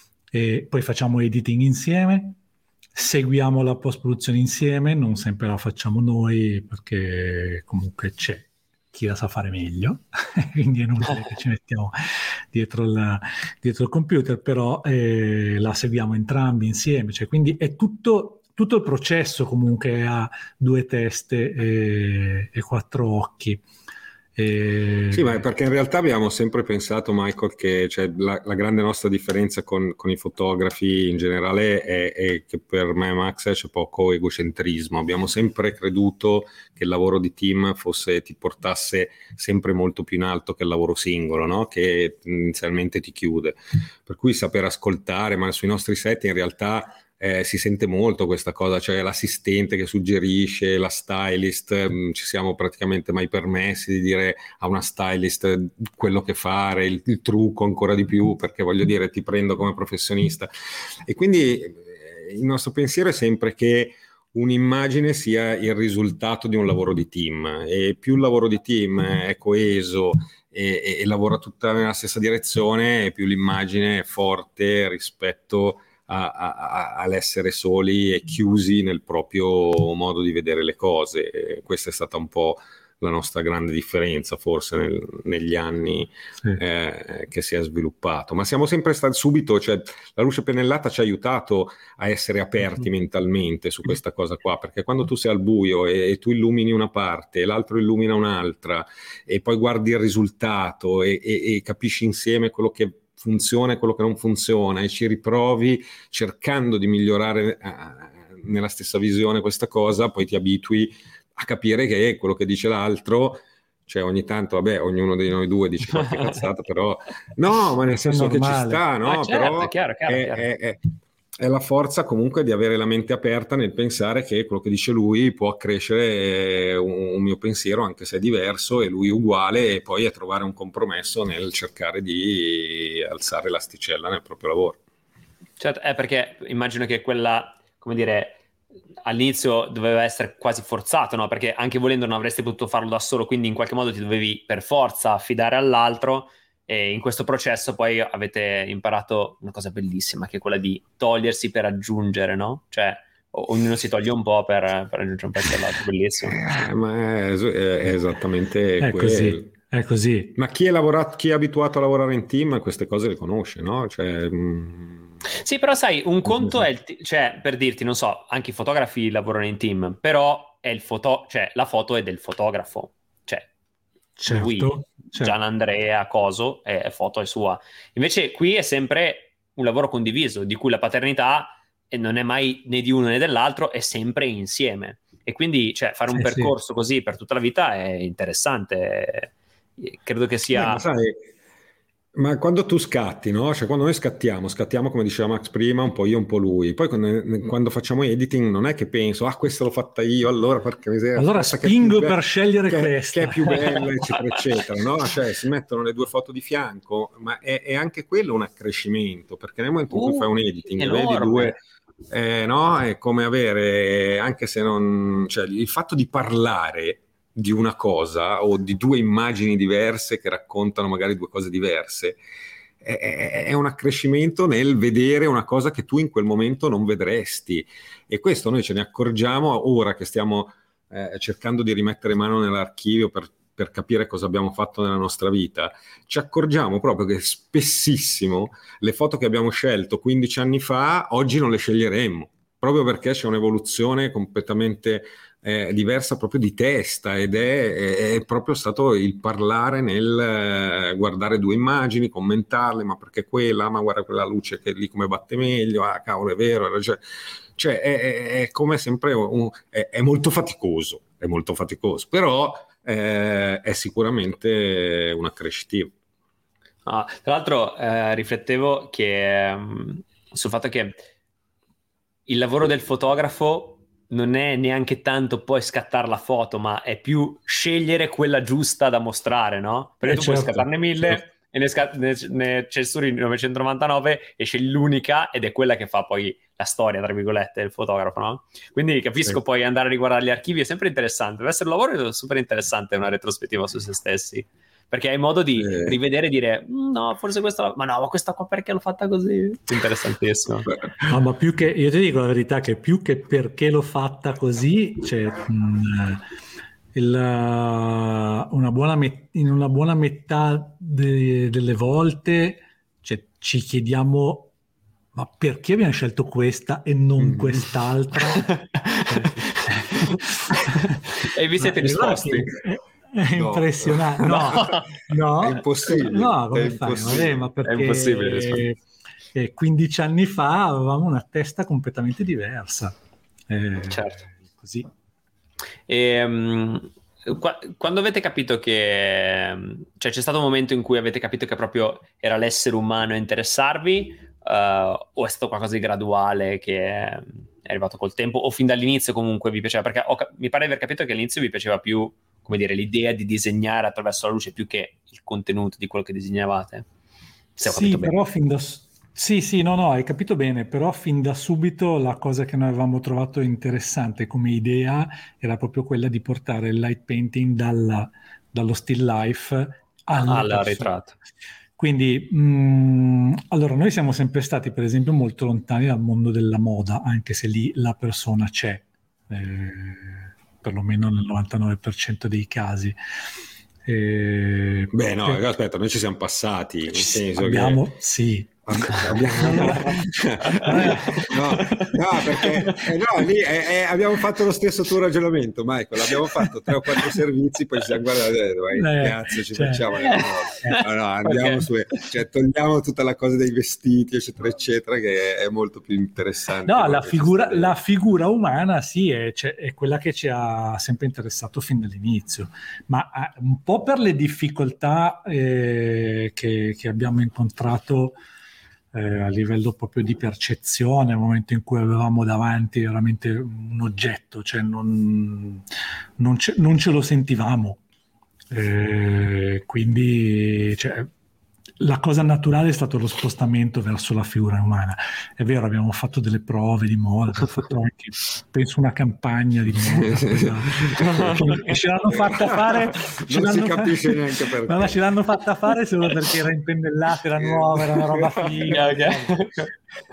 e poi facciamo editing insieme, seguiamo la post-produzione insieme, non sempre la facciamo noi perché comunque c'è chi la sa fare meglio, quindi è inutile che ci mettiamo dietro il, dietro il computer, però eh, la seguiamo entrambi insieme, cioè, quindi è tutto, tutto il processo comunque ha due teste e, e quattro occhi. E... Sì, ma è perché in realtà abbiamo sempre pensato, Michael, che cioè, la, la grande nostra differenza con, con i fotografi in generale è, è che per me, Max, c'è poco egocentrismo. Abbiamo sempre creduto che il lavoro di team fosse, ti portasse sempre molto più in alto che il lavoro singolo, no? Che inizialmente ti chiude. Per cui saper ascoltare, ma sui nostri set in realtà... Eh, si sente molto questa cosa, cioè l'assistente che suggerisce, la stylist, mh, ci siamo praticamente mai permessi di dire a una stylist quello che fare, il, il trucco ancora di più, perché voglio dire ti prendo come professionista. E quindi eh, il nostro pensiero è sempre che un'immagine sia il risultato di un lavoro di team, e più il lavoro di team è coeso e, e, e lavora tutta nella stessa direzione, più l'immagine è forte rispetto A, a, all'essere soli e chiusi nel proprio modo di vedere le cose. E questa è stata un po' la nostra grande differenza forse nel, negli anni Sì. eh, che si è sviluppato, ma siamo sempre stati subito, cioè la luce pennellata ci ha aiutato a essere aperti mentalmente su questa cosa qua, perché quando tu sei al buio e, e tu illumini una parte e l'altro illumina un'altra e poi guardi il risultato e, e, e capisci insieme quello che funziona e quello che non funziona e ci riprovi cercando di migliorare eh, nella stessa visione questa cosa, poi ti abitui a capire che quello che dice l'altro, cioè ogni tanto, vabbè, ognuno di noi due dice qualche cazzata, però no, ma nel senso che ci sta, no? Ah, certo, però è chiaro, chiaro, è, chiaro. è, è, è la forza comunque di avere la mente aperta nel pensare che quello che dice lui può accrescere un, un mio pensiero, anche se è diverso, e lui uguale, e poi a trovare un compromesso nel cercare di alzare l'asticella nel proprio lavoro. Certo, è perché immagino che quella, come dire, all'inizio doveva essere quasi forzato, no? Perché anche volendo non avresti potuto farlo da solo, quindi in qualche modo ti dovevi per forza affidare all'altro, e in questo processo poi avete imparato una cosa bellissima, che è quella di togliersi per aggiungere, no? Cioè o- ognuno si toglie un po' per, per aggiungere un pezzo all'altro, bellissimo. Eh, ma è, è- è esattamente È quello. così, è così. Ma chi è, lavorato, chi è abituato a lavorare in team queste cose le conosce, no? Cioè, mh, Sì, però sai, un conto è il ti- cioè, per dirti, non so, anche i fotografi lavorano in team, però è il foto, cioè la foto è del fotografo, cioè lui, Certo, certo. Gianandrea Coso, è, è foto è sua. Invece qui è sempre un lavoro condiviso, di cui la paternità e non è mai né di uno né dell'altro, è sempre insieme. E quindi, cioè, fare un Sì, sì. percorso così per tutta la vita è interessante. Credo che beh, sia... ma sai, ma quando tu scatti, no? Cioè quando noi scattiamo, scattiamo come diceva Max prima, un po' io, un po' lui. Poi quando, quando facciamo editing non è che penso, ah, questa l'ho fatta io, allora perché miseria, Allora questa che è più spingo be- per scegliere che, questa. che è più bella, eccetera, eccetera, no? Cioè si mettono le due foto di fianco, ma è, è anche quello un accrescimento, perché nel momento in cui Uh, fai un editing e vedi enorme. due... Eh, no, è come avere, anche se non, cioè il fatto di parlare di una cosa o di due immagini diverse che raccontano magari due cose diverse è, è un accrescimento nel vedere una cosa che tu in quel momento non vedresti, e questo noi ce ne accorgiamo ora che stiamo eh, cercando di rimettere mano nell'archivio per, per capire cosa abbiamo fatto nella nostra vita, ci accorgiamo proprio che spessissimo le foto che abbiamo scelto quindici anni fa oggi non le sceglieremmo, proprio perché c'è un'evoluzione completamente eh, diversa proprio di testa, ed è, è, è proprio stato il parlare nel eh, guardare due immagini, commentarle, ma perché quella, ma guarda quella luce che lì come batte meglio, ah cavolo è vero, cioè, cioè è, è, è come sempre un, è, è molto faticoso, è molto faticoso, però eh, è sicuramente un accrescitivo. Ah, tra l'altro eh, riflettevo che, um, sul fatto che il lavoro del fotografo non è neanche tanto poi scattare la foto, ma è più scegliere quella giusta da mostrare, no? Perché Eh, tu certo, puoi scattarne mille certo. e ne, sca- ne, ne censuri novecentonovantanove e scegli l'unica ed è quella che fa poi la storia, tra virgolette, del fotografo, no? Quindi capisco Sì. poi andare a riguardare gli archivi è sempre interessante. Deve essere un lavoro super interessante, una retrospettiva su se stessi. Perché hai modo di Eh. rivedere e dire "Mm, no, forse questa, ma no, ma questa qua perché l'ho fatta così?" Interessantissimo. No, ma più che, io ti dico la verità, che più che perché l'ho fatta così, cioè, mh, il, una buona met- in una buona metà de- delle volte, cioè, ci chiediamo ma perché abbiamo scelto questa e non Mm. quest'altra? E vi siete Ma guarda risposti? che È, è No. impressionante. No, no, È impossibile, no, come è fai? impossibile. Vabbè, ma È impossibile rispondere. perché eh, quindici anni fa avevamo una testa completamente diversa. Eh, Certo. Così. E, um, qua- quando avete capito che um, cioè c'è stato un momento in cui avete capito che proprio era l'essere umano a interessarvi, uh, o è stato qualcosa di graduale che è arrivato col tempo, o fin dall'inizio comunque vi piaceva? Perché ho cap- mi pare di aver capito che all'inizio vi piaceva più, come dire, l'idea di disegnare attraverso la luce più che il contenuto di quello che disegnavate. Se ho Sì, capito bene. però fin da s- sì, sì, no, no, hai capito bene, però fin da subito la cosa che noi avevamo trovato interessante come idea era proprio quella di portare il light painting dalla- dallo still life alle Al persone. ritratto. Quindi, mh, allora, noi siamo sempre stati, per esempio, molto lontani dal mondo della moda, anche se lì la persona c'è, eh, perlomeno nel novantanove per cento dei casi. Eh, Beh, no, per- aspetta, noi ci siamo passati, nel ci- senso abbiamo, che... sì. Abbiamo- no, no, perché eh, no, lì eh, eh, abbiamo fatto lo stesso tuo ragionamento, Michael. Abbiamo fatto tre o quattro servizi, poi ci siamo guardati e detto, "Ma che Eh, cazzo ci cioè, facciamo?" No, no, andiamo Ok. su, cioè, togliamo tutta la cosa dei vestiti, eccetera, eccetera, che è molto più interessante. No, quello la che ci figura, sta dentro. la figura umana sì, è, cioè, è quella che ci ha sempre interessato fin dall'inizio, ma eh, un po' per le difficoltà eh, che, che abbiamo incontrato eh, a livello proprio di percezione, nel momento in cui avevamo davanti veramente un oggetto, cioè non, non, ce, non ce lo sentivamo. Eh, quindi cioè, la cosa naturale è stato lo spostamento verso la figura umana. È vero, abbiamo fatto delle prove di moda, abbiamo fatto anche, penso, una campagna di moda che, che ce l'hanno fatta fare. Ce Non si l'hanno capisce fa- neanche perché. Ma, ma ce l'hanno fatta fare solo perché era impennellata, era nuova, era una roba figa. Ok.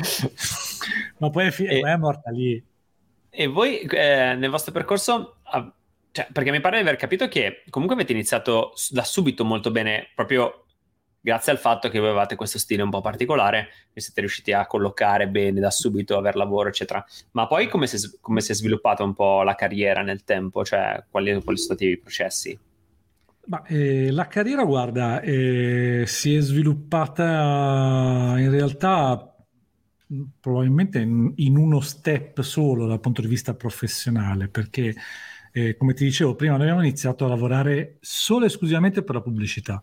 Ma poi è, fi- E- poi è morta lì. E voi eh, nel vostro percorso, ah, cioè, perché mi pare di aver capito che comunque avete iniziato s- da subito molto bene, proprio grazie al fatto che voi avevate questo stile un po' particolare, che siete riusciti a collocare bene da subito, aver lavoro, eccetera. Ma poi come si, è- come si è sviluppata un po' la carriera nel tempo? Cioè, quali, quali sono stati i processi? Ma, eh, la carriera, guarda, eh, si è sviluppata in realtà mh, probabilmente in, in uno step solo dal punto di vista professionale, perché eh, come ti dicevo prima, noi abbiamo iniziato a lavorare solo e esclusivamente per la pubblicità.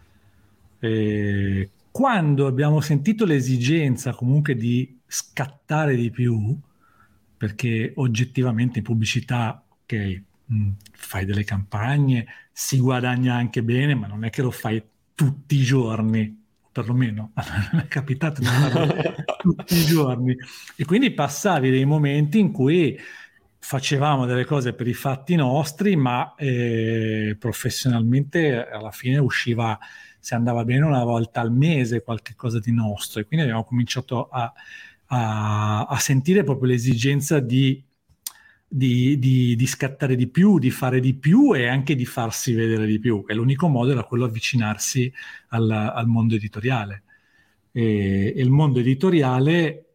Eh, quando abbiamo sentito l'esigenza comunque di scattare di più, perché oggettivamente in pubblicità, ok, mh, fai delle campagne, si guadagna anche bene, ma non è che lo fai tutti i giorni, perlomeno non è capitato di farlo tutti i giorni. E quindi passavi dei momenti in cui facevamo delle cose per i fatti nostri, ma eh, professionalmente alla fine usciva, se andava bene, una volta al mese qualche cosa di nostro. E quindi abbiamo cominciato a, a, a sentire proprio l'esigenza di di, di, di scattare di più, di fare di più e anche di farsi vedere di più. E l'unico modo era quello avvicinarsi al, al mondo editoriale. E, e il mondo editoriale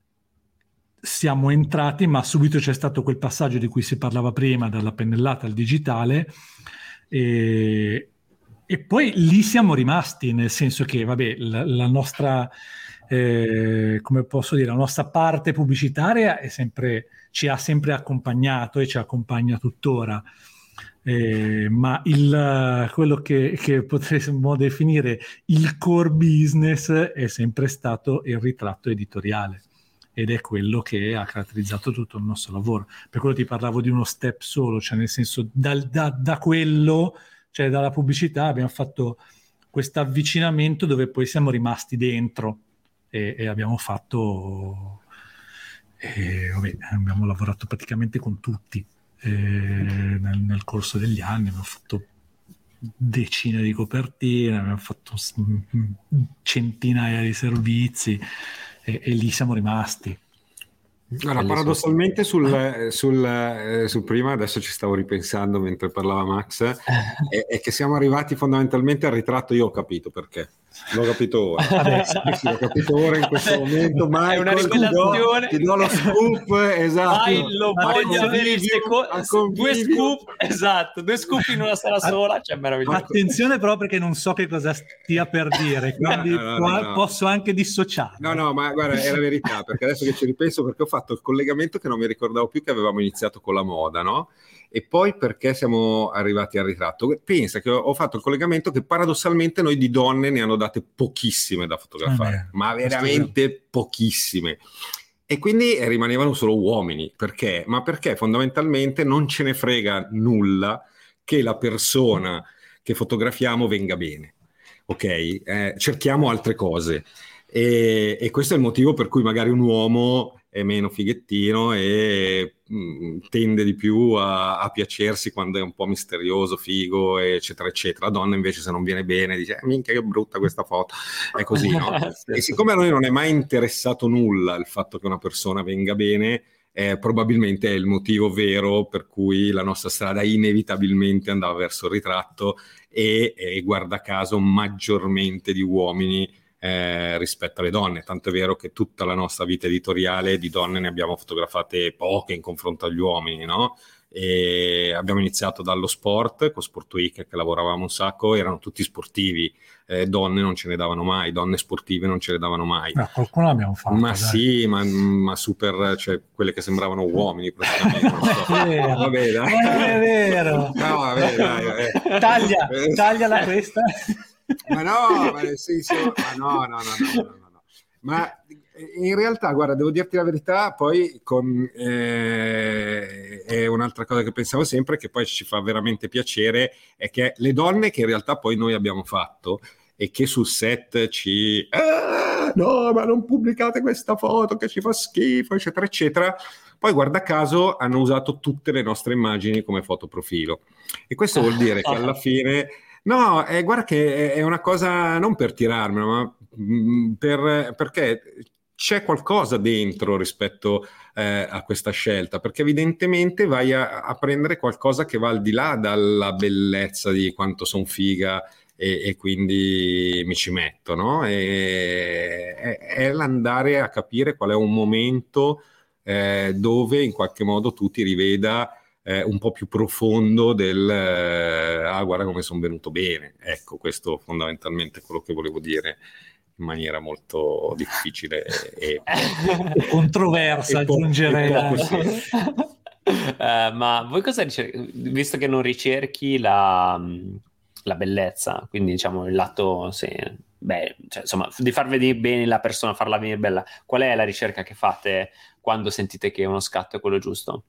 siamo entrati, ma subito c'è stato quel passaggio di cui si parlava prima, dalla pennellata al digitale, e, e poi lì siamo rimasti, nel senso che, vabbè, la, la nostra, eh, come posso dire, la nostra parte pubblicitaria è sempre, ci ha sempre accompagnato e ci accompagna tuttora. Eh, ma il, quello che, che potremmo definire il core business è sempre stato il ritratto editoriale, ed è quello che ha caratterizzato tutto il nostro lavoro. Per quello ti parlavo di uno step solo, cioè nel senso da, da, da quello, cioè dalla pubblicità abbiamo fatto questo avvicinamento dove poi siamo rimasti dentro e, e abbiamo fatto e, vabbè, abbiamo lavorato praticamente con tutti eh, nel, nel corso degli anni, abbiamo fatto decine di copertine, abbiamo fatto centinaia di servizi e, e lì siamo rimasti. Allora, paradossalmente sul, sul, eh, sul prima, adesso ci stavo ripensando mentre parlava Max, è, è che siamo arrivati fondamentalmente al ritratto. Io ho capito perché, l'ho capito ora. Adesso, sì, l'ho capito ora in questo momento, ma è una rivelazione. Ti do, ti do lo scoop, esatto. Vai, lo voglio avere seco- due scoop, esatto, due scoop in una sala sola, cioè meraviglioso. Attenzione però, perché non so che cosa stia per dire, quindi no, no, no, no. posso anche dissociare. No, no, ma guarda, è la verità, perché adesso che ci ripenso, perché ho fatto il collegamento che non mi ricordavo più che avevamo iniziato con la moda, no? E poi perché siamo arrivati al ritratto. Pensa che ho fatto il collegamento che paradossalmente noi di donne ne hanno date pochissime da fotografare, eh beh, ma veramente pochissime. E quindi rimanevano solo uomini. Perché? Ma perché fondamentalmente non ce ne frega nulla che la persona che fotografiamo venga bene. Ok? Eh, cerchiamo altre cose. E, e questo è il motivo per cui magari un uomo è meno fighettino e mh, tende di più a, a piacersi quando è un po' misterioso, figo, eccetera, eccetera. La donna invece, se non viene bene, dice eh, minchia che brutta questa foto. È così, no? E siccome a noi non è mai interessato nulla il fatto che una persona venga bene, eh, probabilmente è il motivo vero per cui la nostra strada inevitabilmente andava verso il ritratto e, e guarda caso maggiormente di uomini Eh, rispetto alle donne, tanto è vero che tutta la nostra vita editoriale di donne ne abbiamo fotografate poche in confronto agli uomini, no? E abbiamo iniziato dallo sport, con Sport Week che lavoravamo un sacco, erano tutti sportivi, eh, donne non ce ne davano mai, donne sportive non ce ne davano mai. No, qualcuno l'abbiamo fatto. Ma dai. sì, ma, ma super, cioè quelle che sembravano uomini praticamente. Non so. È vero, vabbè, dai. è vero. No, vabbè, dai, vabbè. Taglia, tagliala questa. Ma no, ma nel senso, ma no, no, no, no, no, no, no. Ma in realtà, guarda, devo dirti la verità, poi con, eh, è un'altra cosa che pensavo sempre, che poi ci fa veramente piacere, è che le donne che in realtà poi noi abbiamo fatto e che sul set ci... Ah, no, ma non pubblicate questa foto che ci fa schifo, eccetera, eccetera. Poi, guarda caso, hanno usato tutte le nostre immagini come fotoprofilo. E questo vuol dire che alla fine... No, eh, guarda che è una cosa non per tirarmela, ma per, perché c'è qualcosa dentro rispetto eh, a questa scelta, perché evidentemente vai a, a prendere qualcosa che va al di là dalla bellezza di quanto son figa e, e quindi mi ci metto, no? E, è, è l'andare a capire qual è un momento eh, dove in qualche modo tu ti riveda Eh, un po' più profondo del eh, ah guarda come sono venuto bene. Ecco, questo fondamentalmente è quello che volevo dire in maniera molto difficile e, e controversa, e po- aggiungerei poco, sì. uh, ma voi cosa ricercate, visto che non ricerchi la, la bellezza, quindi diciamo il lato sì, beh, cioè, insomma, di far vedere bene la persona, farla venire bella, qual è la ricerca che fate quando sentite che uno scatto è quello giusto?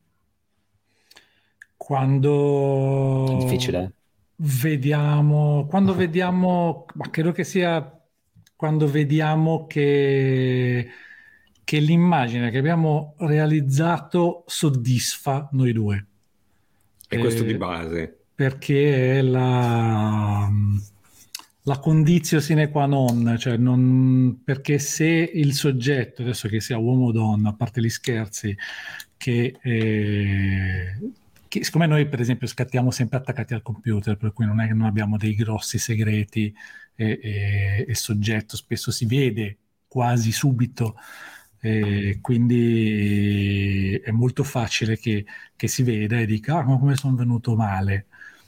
Quando difficile. vediamo quando vediamo ma credo che sia quando vediamo che che l'immagine che abbiamo realizzato soddisfa noi due, e eh, questo di base, perché è la la conditio sine qua non, cioè non, perché se il soggetto, adesso che sia uomo o donna, a parte gli scherzi, che, eh, che siccome noi per esempio scattiamo sempre attaccati al computer, per cui non è che non abbiamo dei grossi segreti, e, e, e il soggetto spesso si vede quasi subito, e quindi è molto facile che, che si veda e dica ah, ma come sono venuto male.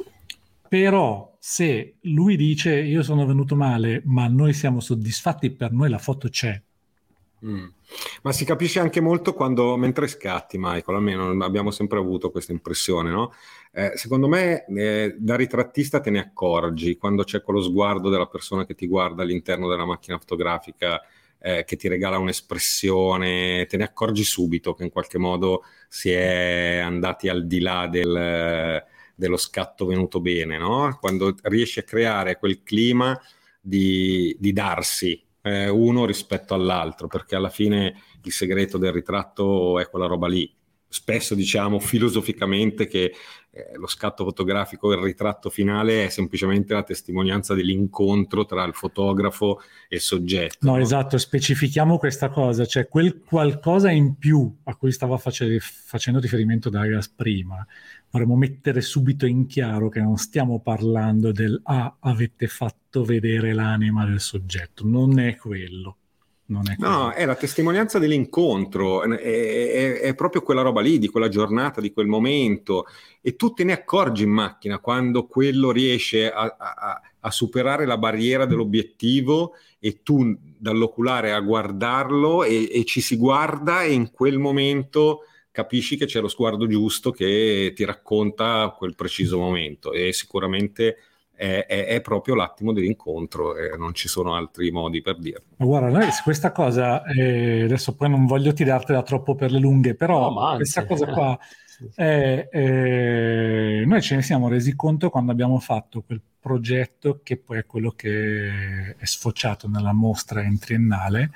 Però se lui dice io sono venuto male ma noi siamo soddisfatti, per noi la foto c'è. Mm. Ma si capisce anche molto quando mentre scatti, Michael, almeno abbiamo sempre avuto questa impressione, no? Eh, secondo me eh, da ritrattista te ne accorgi quando c'è quello sguardo della persona che ti guarda all'interno della macchina fotografica, eh, che ti regala un'espressione, te ne accorgi subito che in qualche modo si è andati al di là del, dello scatto venuto bene, no? Quando riesci a creare quel clima di, di darsi eh, uno rispetto all'altro, perché alla fine il segreto del ritratto è quella roba lì. Spesso diciamo filosoficamente che eh, lo scatto fotografico, il ritratto finale è semplicemente la testimonianza dell'incontro tra il fotografo e il soggetto. No, no? Esatto, specifichiamo questa cosa, cioè quel qualcosa in più a cui stava face- facendo riferimento Douglas prima, vorremmo mettere subito in chiaro che non stiamo parlando del ah, avete fatto vedere l'anima del soggetto, non è quello. Non è no, è la testimonianza dell'incontro, è, è, è proprio quella roba lì, di quella giornata, di quel momento, e tu te ne accorgi in macchina quando quello riesce a, a, a superare la barriera dell'obiettivo e tu dall'oculare a guardarlo e, e ci si guarda e in quel momento capisci che c'è lo sguardo giusto che ti racconta quel preciso momento e sicuramente È, è, è proprio l'attimo dell'incontro, eh, non ci sono altri modi per dirlo. Ma guarda, noi su questa cosa, eh, adesso poi non voglio tirartela troppo per le lunghe, però no, questa cosa qua, è, è, noi ce ne siamo resi conto quando abbiamo fatto quel progetto che poi è quello che è sfociato nella mostra in triennale,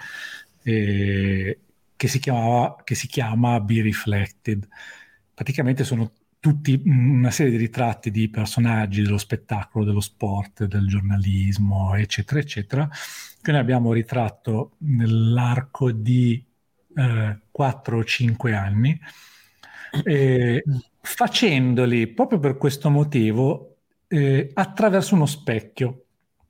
eh, che si chiamava, che si chiama Be Reflected. Praticamente sono tutti una serie di ritratti di personaggi dello spettacolo, dello sport, del giornalismo, eccetera, eccetera, che noi abbiamo ritratto nell'arco di eh, quattro o cinque anni, eh, facendoli proprio per questo motivo eh, attraverso uno specchio.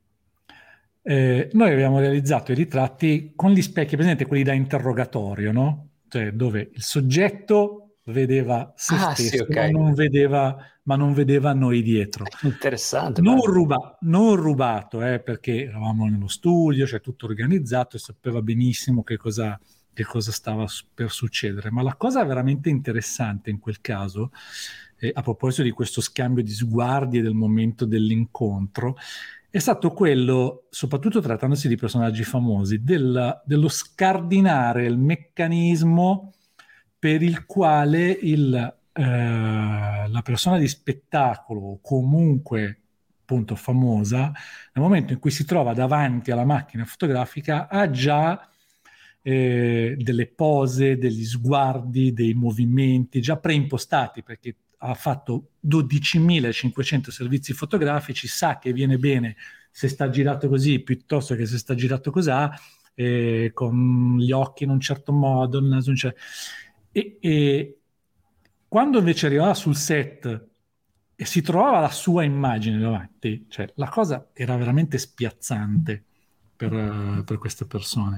Eh, noi abbiamo realizzato i ritratti con gli specchi, presente quelli da interrogatorio, no? Cioè dove il soggetto vedeva se ah, stesso, sì, okay. ma, non vedeva, ma non vedeva noi dietro. Interessante. Non, ruba, non rubato, eh, perché eravamo nello studio, cioè tutto organizzato e sapeva benissimo che cosa, che cosa stava per succedere. Ma la cosa veramente interessante in quel caso, eh, a proposito di questo scambio di sguardi e del momento dell'incontro, è stato quello, soprattutto trattandosi di personaggi famosi, del, dello scardinare il meccanismo per il quale il, eh, la persona di spettacolo, o comunque appunto famosa, nel momento in cui si trova davanti alla macchina fotografica, ha già eh, delle pose, degli sguardi, dei movimenti già preimpostati, perché ha fatto dodicimilacinquecento servizi fotografici, sa che viene bene se sta girato così piuttosto che se sta girato così, eh, con gli occhi in un certo modo, il naso in un certo... E, e quando invece arrivava sul set e si trovava la sua immagine davanti, cioè la cosa era veramente spiazzante per, per queste persone.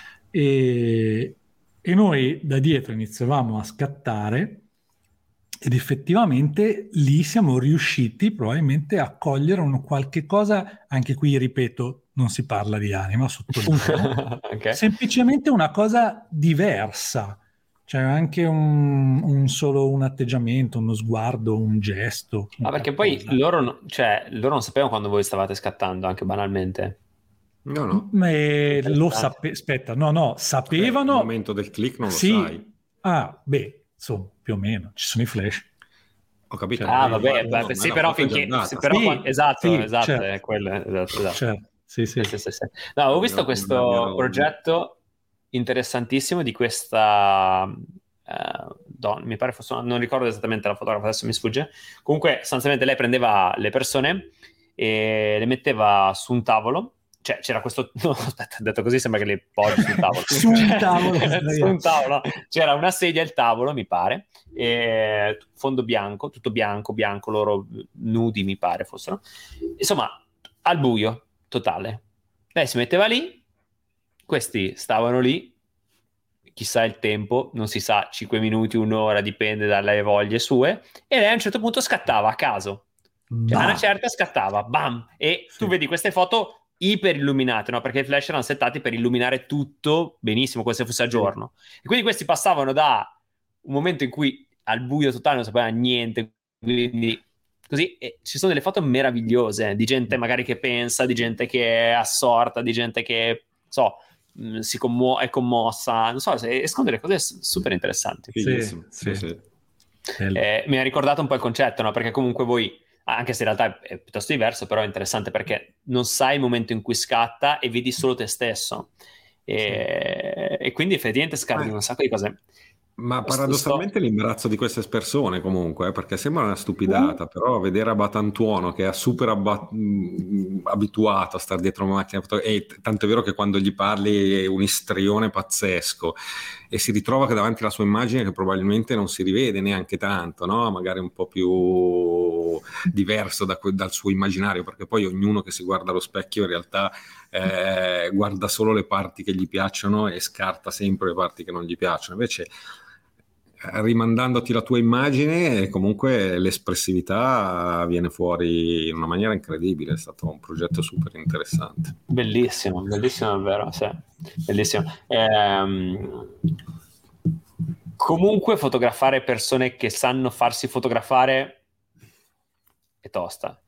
E, e noi da dietro iniziavamo a scattare ed effettivamente lì siamo riusciti probabilmente a cogliere un qualche cosa, anche qui ripeto, non si parla di anima, sottolineo, okay. Semplicemente una cosa diversa. C'è anche un, un solo un atteggiamento, uno sguardo, un gesto. Ma ah, perché poi loro, no, cioè, loro non sapevano quando voi stavate scattando, anche banalmente. No, no. Ma lo sape- aspetta, no, no, sapevano. Al momento del click non sì. lo sai. Ah, beh, insomma, più o meno, ci sono i flash. Ho capito. Cioè, ah, vabbè, no, vabbè sì, però finché... Sì, però sì, quando, esatto, sì, esatto, certo. è quello, esatto, esatto. Certo. Sì, sì. Sì, sì, sì. No, avevo visto questo progetto interessantissimo di questa uh, donna, mi pare fosse una, non ricordo esattamente la fotografa, adesso mi sfugge. Comunque sostanzialmente lei prendeva le persone e le metteva su un tavolo cioè c'era questo, no, aspetta, detto così sembra che le poggi sul tavolo. Su un tavolo. Su un tavolo, c'era una sedia al tavolo, mi pare, e fondo bianco, tutto bianco, bianco, loro nudi mi pare fossero. Insomma, al buio, totale. Lei si metteva lì, questi stavano lì, chissà il tempo, non si sa, cinque minuti, un'ora, dipende dalle voglie sue, e lei a un certo punto scattava a caso. Cioè, a una certa scattava, bam! E sì. Tu vedi queste foto iper illuminate, no? Perché i flash erano settati per illuminare tutto benissimo, come se fosse a giorno. Sì. E quindi questi passavano da un momento in cui al buio totale non sapeva niente, quindi così, e ci sono delle foto meravigliose di gente magari che pensa, di gente che è assorta, di gente che, so, mh, si commuo- è commossa, non so, se escono delle cose super interessanti. Sì, sì, sì, sì. Eh, mi ha ricordato un po' il concetto, no? Perché comunque voi, anche se in realtà è piuttosto diverso, però è interessante perché non sai il momento in cui scatta e vedi solo te stesso, e, sì. E quindi effettivamente scarti un sacco di cose. Ma paradossalmente sto... l'imbarazzo di queste persone comunque, eh, perché sembra una stupidata, uh. però vedere Abatantuono che è super abba- mh, abituato a stare dietro una macchina, e tanto è vero che quando gli parli è un istrione pazzesco, e si ritrova che davanti alla sua immagine che probabilmente non si rivede neanche tanto, no? Magari un po' più diverso da que- dal suo immaginario, perché poi ognuno che si guarda allo specchio in realtà eh, guarda solo le parti che gli piacciono e scarta sempre le parti che non gli piacciono. Invece, rimandandoti la tua immagine, comunque l'espressività viene fuori in una maniera incredibile. È stato un progetto super interessante, bellissimo, bellissimo davvero, sì. Bellissimo. Ehm, comunque fotografare persone che sanno farsi fotografare è tosta.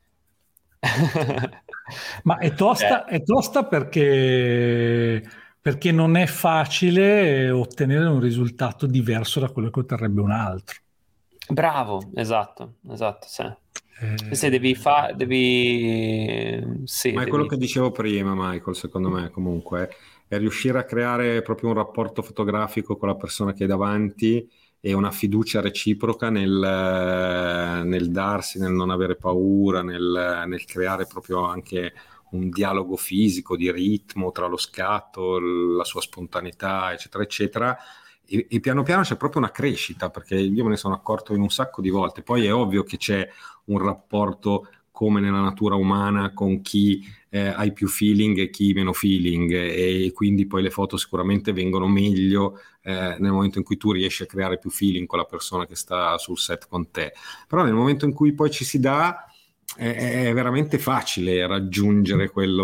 Ma è tosta, eh. è tosta perché perché non è facile ottenere un risultato diverso da quello che otterrebbe un altro. Bravo, esatto, esatto, sì. Eh... Se devi fare, devi... Sì, Ma è devi... quello che dicevo prima, Michael, secondo me, comunque, è riuscire a creare proprio un rapporto fotografico con la persona che hai davanti e una fiducia reciproca nel, nel darsi, nel non avere paura, nel, nel creare proprio anche un dialogo fisico di ritmo tra lo scatto, la sua spontaneità, eccetera, eccetera. E, e piano piano c'è proprio una crescita, perché io me ne sono accorto in un sacco di volte. Poi è ovvio che c'è un rapporto come nella natura umana con chi eh, hai più feeling e chi meno feeling, e, e quindi poi le foto sicuramente vengono meglio eh, nel momento in cui tu riesci a creare più feeling con la persona che sta sul set con te. Però nel momento in cui poi ci si dà, è veramente facile raggiungere quello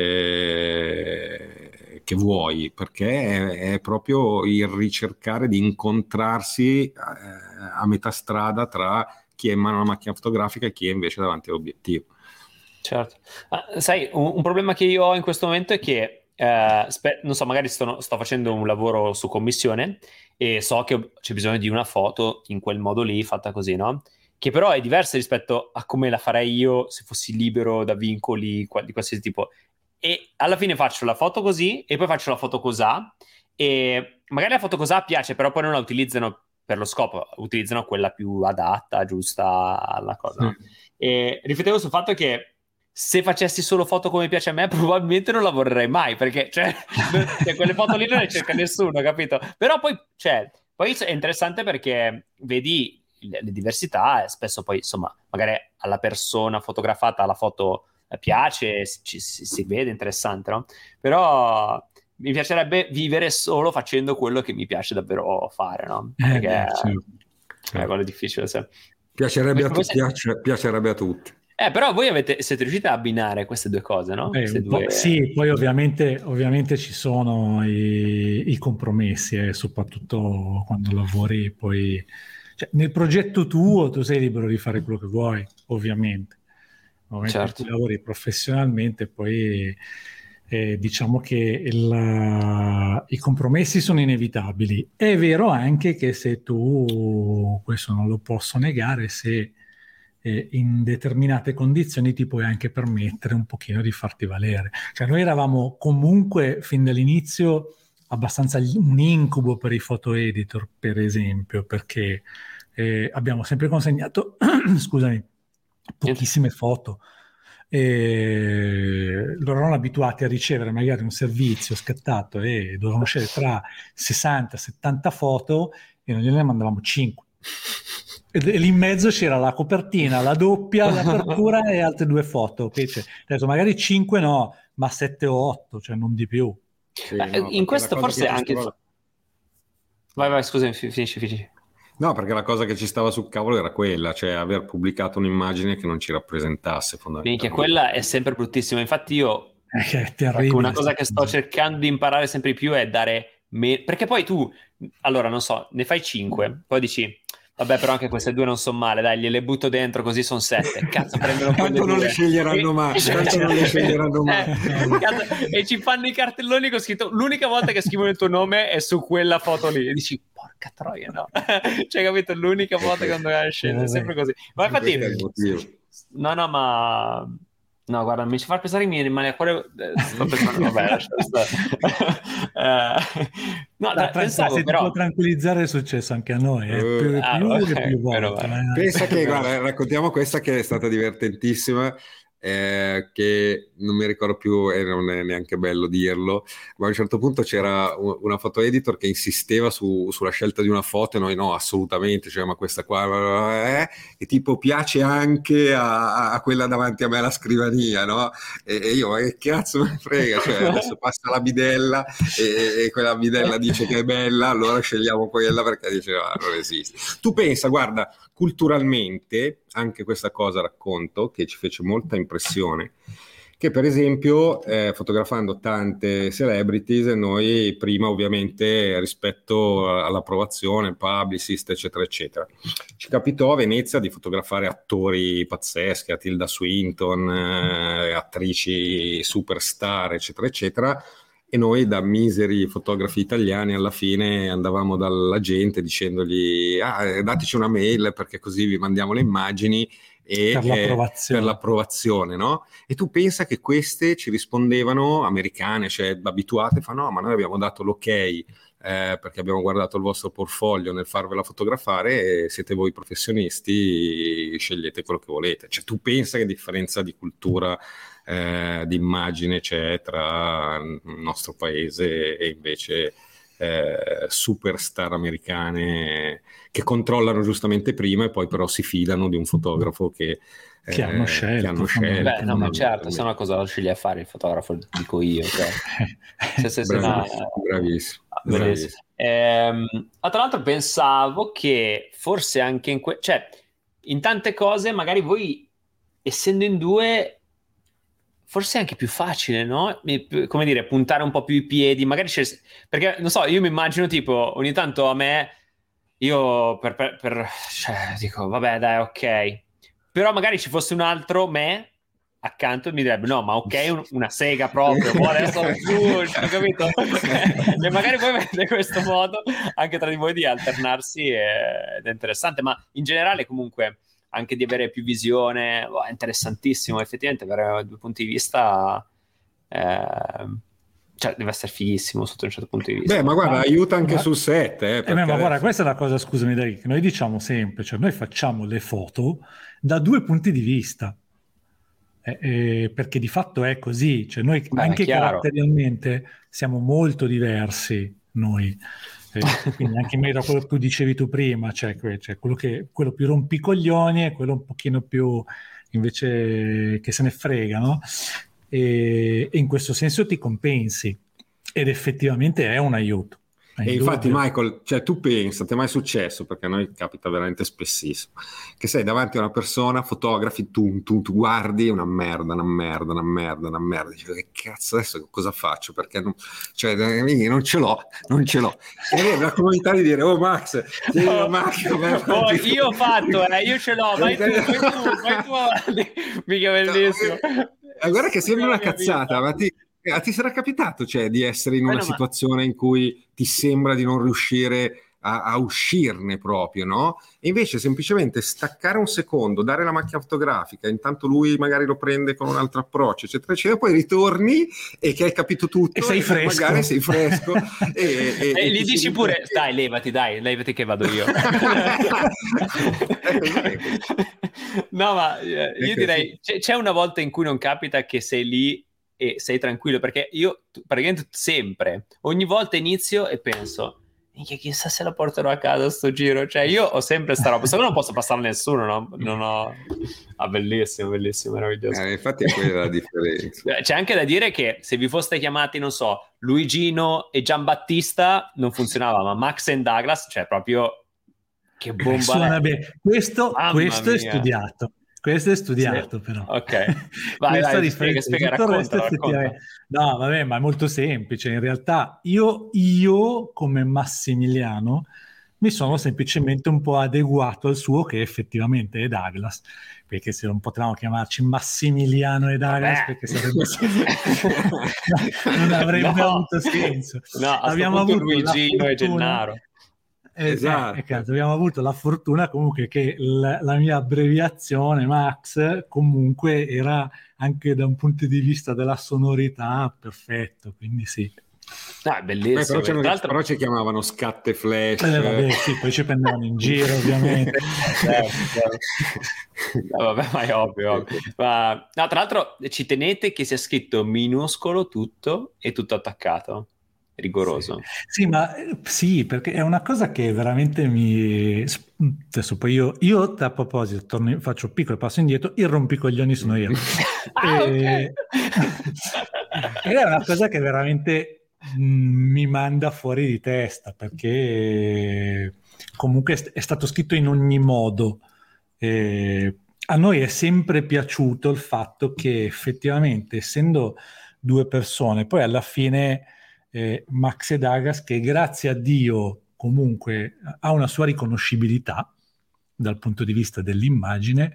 che, che vuoi, perché è, è proprio il ricercare di incontrarsi a metà strada tra chi è in mano alla macchina fotografica e chi è invece davanti all'obiettivo. Certo. Ah, sai, un, un problema che io ho in questo momento è che eh, spe- non so, magari sto, sto facendo un lavoro su commissione e so che c'è bisogno di una foto in quel modo lì, fatta così, no? Che però è diversa rispetto a come la farei io se fossi libero da vincoli di qualsiasi tipo. E alla fine faccio la foto così e poi faccio la foto cosà, e magari la foto cosà piace, però poi non la utilizzano per lo scopo, utilizzano quella più adatta, giusta alla cosa. Mm. E riflettevo sul fatto che se facessi solo foto come piace a me, probabilmente non la vorrei mai, perché cioè, cioè, quelle foto lì non le cerca nessuno, capito? Però poi, cioè, poi è interessante perché vedi le diversità, e spesso poi insomma magari alla persona fotografata la foto piace, ci, si, si vede interessante, no? Però mi piacerebbe vivere solo facendo quello che mi piace davvero fare, no? Perché eh, sì. È quello difficile, sì. Piacerebbe a, tu, siete... piace, piacerebbe a tutti. Eh, però voi avete, siete riusciti a abbinare queste due cose, no? Eh, queste due... Sì, poi ovviamente, ovviamente ci sono i, i compromessi, eh, soprattutto quando lavori poi... Cioè, nel progetto tuo tu sei libero di fare quello che vuoi, ovviamente. Ovviamente certo. Tu lavori professionalmente, poi eh, diciamo che il, i compromessi sono inevitabili. È vero anche che se tu, questo non lo posso negare, se eh, in determinate condizioni ti puoi anche permettere un pochino di farti valere. Cioè noi eravamo comunque fin dall'inizio abbastanza un incubo per i photo editor, per esempio, perché eh, abbiamo sempre consegnato, scusami, pochissime foto. e loro erano abituati a ricevere magari un servizio scattato e dovevano scegliere tra sessanta settanta foto e noi gliene mandavamo cinque. E lì in mezzo c'era la copertina, la doppia, l'apertura e altre due foto. Cioè, adesso magari cinque no, ma sette o otto, cioè non di più. Sì, Beh, no, in questo forse anche... Stava... Vai, vai, scusami, finisci, finisci. No, perché la cosa che ci stava sul cavolo era quella, cioè aver pubblicato un'immagine che non ci rappresentasse fondamentalmente. Minchia, quella è sempre bruttissima. Infatti io, è terribile, ecco, una cosa che sto cercando di imparare sempre di più è dare... Me... Perché poi tu, allora, non so, ne fai cinque, poi dici... Vabbè, però anche queste due non sono male, dai, gliele butto dentro così sono sette. Cazzo, prendono quelle tanto non due. le sceglieranno mai, tanto non le sceglieranno mai. Eh, cazzo, e ci fanno i cartelloni con scritto l'unica volta che scrivono il tuo nome è su quella foto lì. E dici, porca troia, no. Cioè, capito? L'unica volta quando vai a scegliere, è sempre così. Ma infatti... No, no, ma... No, guarda, mi ci fa pensare che mi rimane a cuore. Sto pensando, vabbè, lascia stare. uh, no, da, pensavo, se però... ti può tranquillizzare è successo anche a noi, eh. più, uh, più ah, e più volte. Però, pensa che, guarda, raccontiamo questa che è stata divertentissima. Eh, che non mi ricordo più e eh, non è neanche bello dirlo, ma a un certo punto c'era un, una foto editor che insisteva su, sulla scelta di una foto e noi no, assolutamente, cioè ma questa qua eh, e tipo piace anche a, a quella davanti a me alla scrivania, no? E, e io ma che cazzo me ne frega, cioè adesso passa la bidella e, e quella bidella dice che è bella, allora scegliamo quella perché dice no, non esiste. Tu pensa, guarda, culturalmente anche questa cosa racconto che ci fece molta impressione, che per esempio eh, fotografando tante celebrities noi prima ovviamente rispetto all'approvazione, il publicist eccetera eccetera, ci capitò a Venezia di fotografare attori pazzeschi, a Tilda Swinton, eh, attrici superstar eccetera eccetera, e noi da miseri fotografi italiani alla fine andavamo dalla gente dicendogli ah, dateci una mail perché così vi mandiamo le immagini e, per l'approvazione, eh, per l'approvazione, no? E tu pensa che queste ci rispondevano americane, cioè abituate, fa no, ma noi abbiamo dato l'ok eh, perché abbiamo guardato il vostro portfolio nel farvela fotografare e siete voi professionisti, scegliete quello che volete. Cioè tu pensa che differenza di cultura Eh, di immagine c'è tra il nostro paese e invece eh, superstar americane che controllano giustamente prima e poi però si fidano di un fotografo che, eh, che hanno scelto, che hanno scelto. Beh, no, ma certo, se no cosa lo scegli a fare il fotografo, dico io, cioè. se, se, se bravissimo, no, bravissimo, bravissimo. Ehm, tra l'altro pensavo che forse anche in que- cioè in tante cose magari voi essendo in due forse è anche più facile, no? Come dire, puntare un po' più i piedi, magari c'è... Perché, non so, io mi immagino tipo, ogni tanto a me, io per, per, per... cioè, dico, vabbè, dai, ok. Però magari ci fosse un altro me accanto e mi direbbe, no, ma ok, un, una sega proprio, boh, adesso giù, capito? E magari voi vedete questo modo, anche tra di voi, di alternarsi, ed è interessante, ma in generale comunque... anche di avere più visione, oh, è interessantissimo effettivamente avere due punti di vista, eh, cioè deve essere fighissimo sotto un certo punto di vista. Beh, ma guarda, aiuta anche ma, sul set. Eh, eh, ma adesso... guarda, questa è la cosa, scusami Dai, che noi diciamo sempre, cioè noi facciamo le foto da due punti di vista, eh, eh, perché di fatto è così, cioè noi Beh, anche caratterialmente siamo molto diversi noi. Quindi anche in merito a quello che tu dicevi tu prima, cioè, cioè quello, che, quello più rompicoglioni e quello un pochino più invece che se ne frega, no? E, e in questo senso ti compensi ed effettivamente è un aiuto. E infatti Michael, cioè tu pensa, ti è mai successo, perché a noi capita veramente spessissimo, che sei davanti a una persona, fotografi, tu, tu, tu guardi una merda, una merda, una merda, una merda, dici che cazzo adesso cosa faccio, perché non, cioè, non ce l'ho, non ce l'ho. E avere la comunità di dire, oh Max, sì, oh, Max oh, io ho fatto, eh, io ce l'ho, vai tu, vai tu, vai tu avanti, mica bellissimo. No, guarda che sembra una cazzata, ma ti... Ti sarà capitato, cioè, di essere in una no, situazione ma... in cui ti sembra di non riuscire a, a uscirne proprio, no? E invece semplicemente staccare un secondo, dare la macchina fotografica, intanto lui magari lo prende con un altro approccio, eccetera, eccetera, poi ritorni e che hai capito tutto e sei e fresco, magari sei fresco e, e, e e gli dici pure che... dai levati dai levati che vado io. No, ma eh, io direi c'è, c'è una volta in cui non capita che sei lì e sei tranquillo, perché io praticamente sempre, ogni volta inizio e penso chissà se la porterò a casa sto giro, cioè io ho sempre sta roba, se no non posso passare a nessuno, no? Non ho... ah, bellissimo, bellissimo, meraviglioso. Eh, infatti è quella la differenza. C'è anche da dire che se vi foste chiamati, non so, Luigino e Giambattista non funzionava, ma Max e Douglas, cioè proprio che bomba. Suona bene. Questo, questo è studiato. Questo è studiato, sì. Però. Ok. Vai, vai, spiega, spiega, racconta, racconta. No, vabbè, ma è molto semplice. In realtà io, io, come Massimiliano, mi sono semplicemente un po' adeguato al suo, che effettivamente è Douglas, perché se non potevamo chiamarci Massimiliano e Douglas, vabbè. Perché sarebbe non avrebbe no. avuto senso. No, abbiamo avuto Luigino e Gennaro. Esatto. Eh, eh, abbiamo avuto la fortuna comunque che la, la mia abbreviazione Max comunque era anche da un punto di vista della sonorità perfetto, quindi sì. Ah, bellissimo. Beh, però, tra l'altro... però ci chiamavano scatte flash. Eh, vabbè, sì, poi ci prendevano in giro ovviamente. No, vabbè, ma è ovvio, ovvio. Ma, no, tra l'altro ci tenete che sia scritto minuscolo tutto e tutto attaccato. Rigoroso. Sì. Sì, ma sì, perché è una cosa che veramente mi... Adesso poi io, io a proposito, torno, faccio un piccolo passo indietro, il rompicoglioni sono io. Ah, e... Ed è una cosa che veramente mh, mi manda fuori di testa, perché comunque è, è stato scritto in ogni modo. E a noi è sempre piaciuto il fatto che effettivamente, essendo due persone, poi alla fine... Eh, Max e Douglas, che grazie a Dio comunque ha una sua riconoscibilità dal punto di vista dell'immagine,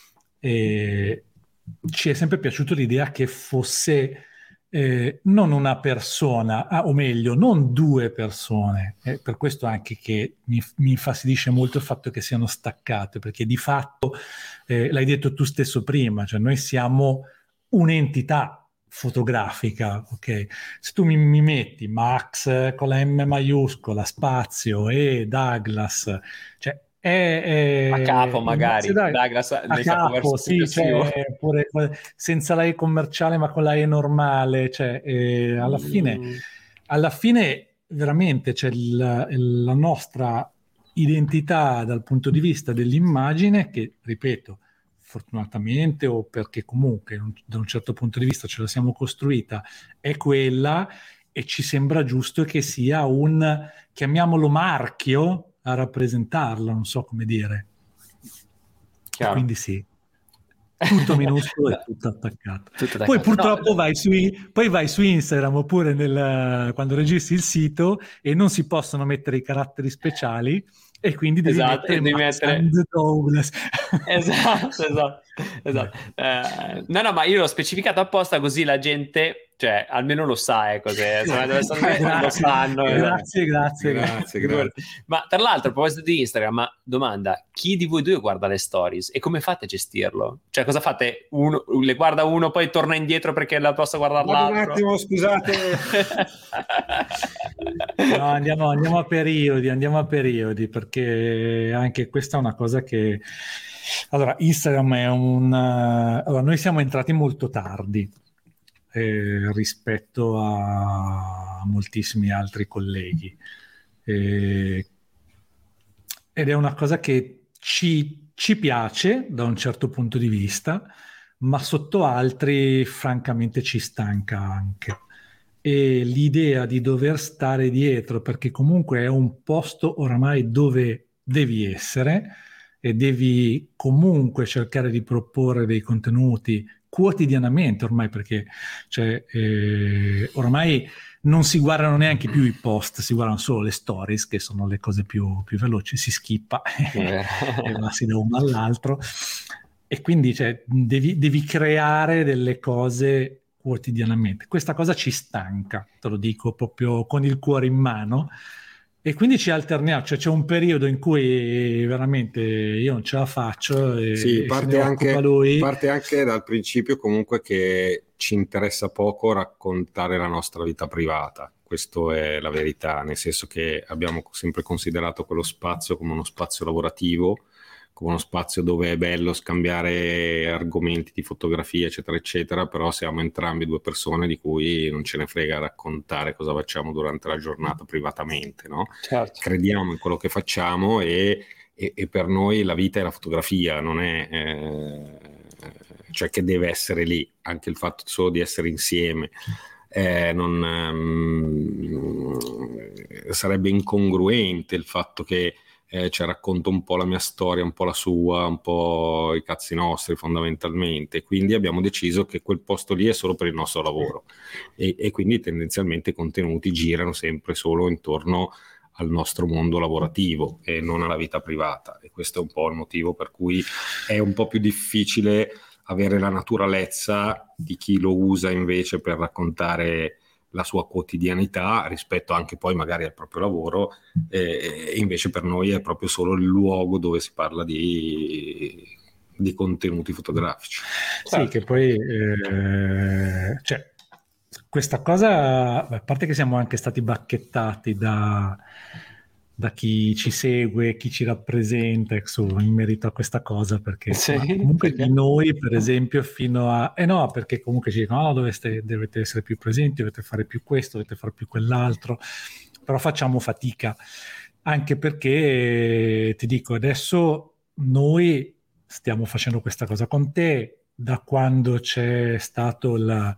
eh, ci è sempre piaciuta l'idea che fosse eh, non una persona, ah, o meglio, non due persone, eh, per questo anche che mi, mi infastidisce molto il fatto che siano staccate, perché di fatto, eh, l'hai detto tu stesso prima, cioè noi siamo un'entità fotografica, ok? Se tu mi, mi metti Max con la M maiuscola, spazio e Douglas, cioè è, è a capo magari Doug, Douglas a capo, sì, cioè, pure senza la E commerciale ma con la E normale, cioè eh, alla mm. fine alla fine veramente c'è il, la nostra identità dal punto di vista dell'immagine che, ripeto, fortunatamente o perché comunque da un certo punto di vista ce la siamo costruita, è quella, e ci sembra giusto che sia un, chiamiamolo marchio, a rappresentarla, non so come dire. Quindi sì, tutto minuscolo e tutto attaccato. Tutto attaccato. Poi purtroppo no, vai, su, poi vai su Instagram oppure nel, quando registri il sito e non si possono mettere i caratteri speciali, e quindi devi esatto, mettere, devi mettere... esatto, esatto, esatto. Eh, no, no, ma io l'ho specificato apposta così la gente, cioè, almeno lo sa, eh, cos'è. Se deve essere me, lo sanno. Grazie, grazie, grazie, grazie. Ma tra l'altro, a proposito di Instagram, ma domanda, chi di voi due guarda le stories e come fate a gestirlo? Cioè, cosa fate? Uno, le guarda uno, poi torna indietro perché la possa guardare l'altro? Un attimo, scusate. No, andiamo, andiamo a periodi, andiamo a periodi, perché anche questa è una cosa che... Allora, Instagram è un... Allora, noi siamo entrati molto tardi eh, rispetto a moltissimi altri colleghi. Eh, ed è una cosa che ci, ci piace da un certo punto di vista, ma sotto altri francamente ci stanca anche. E l'idea di dover stare dietro, perché comunque è un posto oramai dove devi essere e devi comunque cercare di proporre dei contenuti quotidianamente ormai, perché cioè, eh, ormai non si guardano neanche più i post, si guardano solo le stories, che sono le cose più, più veloci, si skippa e si da uno all'altro, e quindi cioè, devi, devi creare delle cose quotidianamente. Questa cosa ci stanca, te lo dico proprio con il cuore in mano, e quindi ci alterniamo, cioè c'è un periodo in cui veramente io non ce la faccio e, sì, e parte se ne anche, occupa lui. parte anche dal principio comunque che ci interessa poco raccontare la nostra vita privata. Questa è la verità, nel senso che abbiamo sempre considerato quello spazio come uno spazio lavorativo, come uno spazio dove è bello scambiare argomenti di fotografia, eccetera, eccetera, però siamo entrambi due persone di cui non ce ne frega raccontare cosa facciamo durante la giornata privatamente, no? Certo. Crediamo in quello che facciamo e, e, e per noi la vita è la fotografia, non è... Eh, cioè che deve essere lì, anche il fatto solo di essere insieme. Eh, non, um, sarebbe incongruente il fatto che eh, ci racconto un po' la mia storia, un po' la sua, un po' i cazzi nostri fondamentalmente, quindi abbiamo deciso che quel posto lì è solo per il nostro lavoro e, e quindi tendenzialmente i contenuti girano sempre solo intorno al nostro mondo lavorativo e non alla vita privata, e questo è un po' il motivo per cui è un po' più difficile avere la naturalezza di chi lo usa invece per raccontare la sua quotidianità rispetto anche poi magari al proprio lavoro, e invece per noi è proprio solo il luogo dove si parla di, di contenuti fotografici. Sì, che poi eh, cioè, questa cosa, a parte che siamo anche stati bacchettati da, da chi ci segue, chi ci rappresenta in merito a questa cosa, perché sì, ma comunque perché? di noi, per esempio, fino a... Eh no, perché comunque ci dicono, no, dovete, dovete essere più presenti, dovete fare più questo, dovete fare più quell'altro, però facciamo fatica, anche perché, ti dico, adesso noi stiamo facendo questa cosa con te, da quando c'è stato la,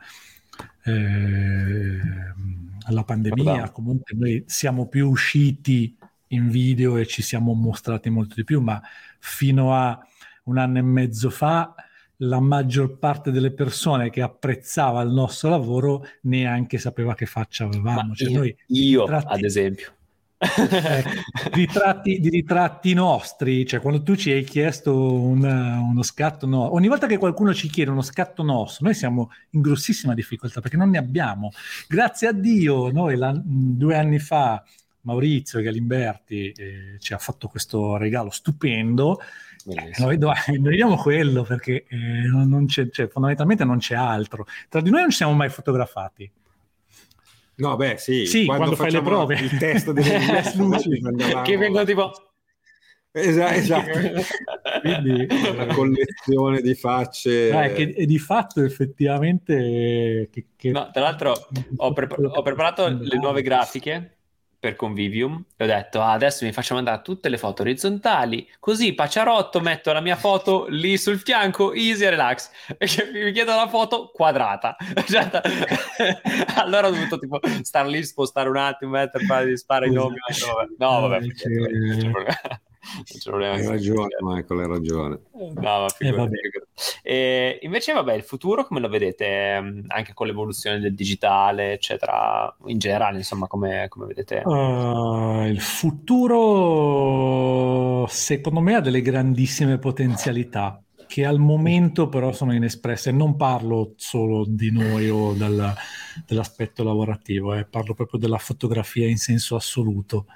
eh, la pandemia, comunque noi siamo più usciti in video e ci siamo mostrati molto di più, ma fino a un anno e mezzo fa la maggior parte delle persone che apprezzava il nostro lavoro neanche sapeva che faccia avevamo. Cioè, io, noi io tratti... ad esempio. Eh, ritratti, di ritratti nostri, cioè quando tu ci hai chiesto una, uno scatto, no, ogni volta che qualcuno ci chiede uno scatto nostro, noi siamo in grossissima difficoltà perché non ne abbiamo. Grazie a Dio, noi la, due anni fa Maurizio Galimberti eh, ci ha fatto questo regalo stupendo. Eh, noi, do, noi diamo quello perché eh, non, non c'è, cioè, fondamentalmente non c'è altro. Tra di noi non ci siamo mai fotografati. No, beh, sì, sì quando, quando fai le prove, il test delle luci che vengono tipo esatto, esatto. Quindi la collezione di facce eh, che, e di fatto effettivamente che, che... no, tra l'altro ho, pre- ho preparato le nuove grafiche per Convivium e ho detto ah, adesso mi faccio mandare tutte le foto orizzontali, così Pacciarotto metto la mia foto lì sul fianco, easy e relax, e mi chiedo la foto quadrata. Allora ho dovuto tipo star lì, spostare un attimo, mettere, fare spara i nomi. No, vabbè, non c'è problema. Non c'è problema. Hai ragione, Michael, hai ragione. No, ma figurati. E invece, vabbè, il futuro come lo vedete? Anche con l'evoluzione del digitale, eccetera, in generale, insomma, come, come vedete? Uh, il futuro, secondo me, ha delle grandissime potenzialità che al momento però sono inespresse. Non parlo solo di noi o dal, dell'aspetto lavorativo, eh, parlo proprio della fotografia in senso assoluto.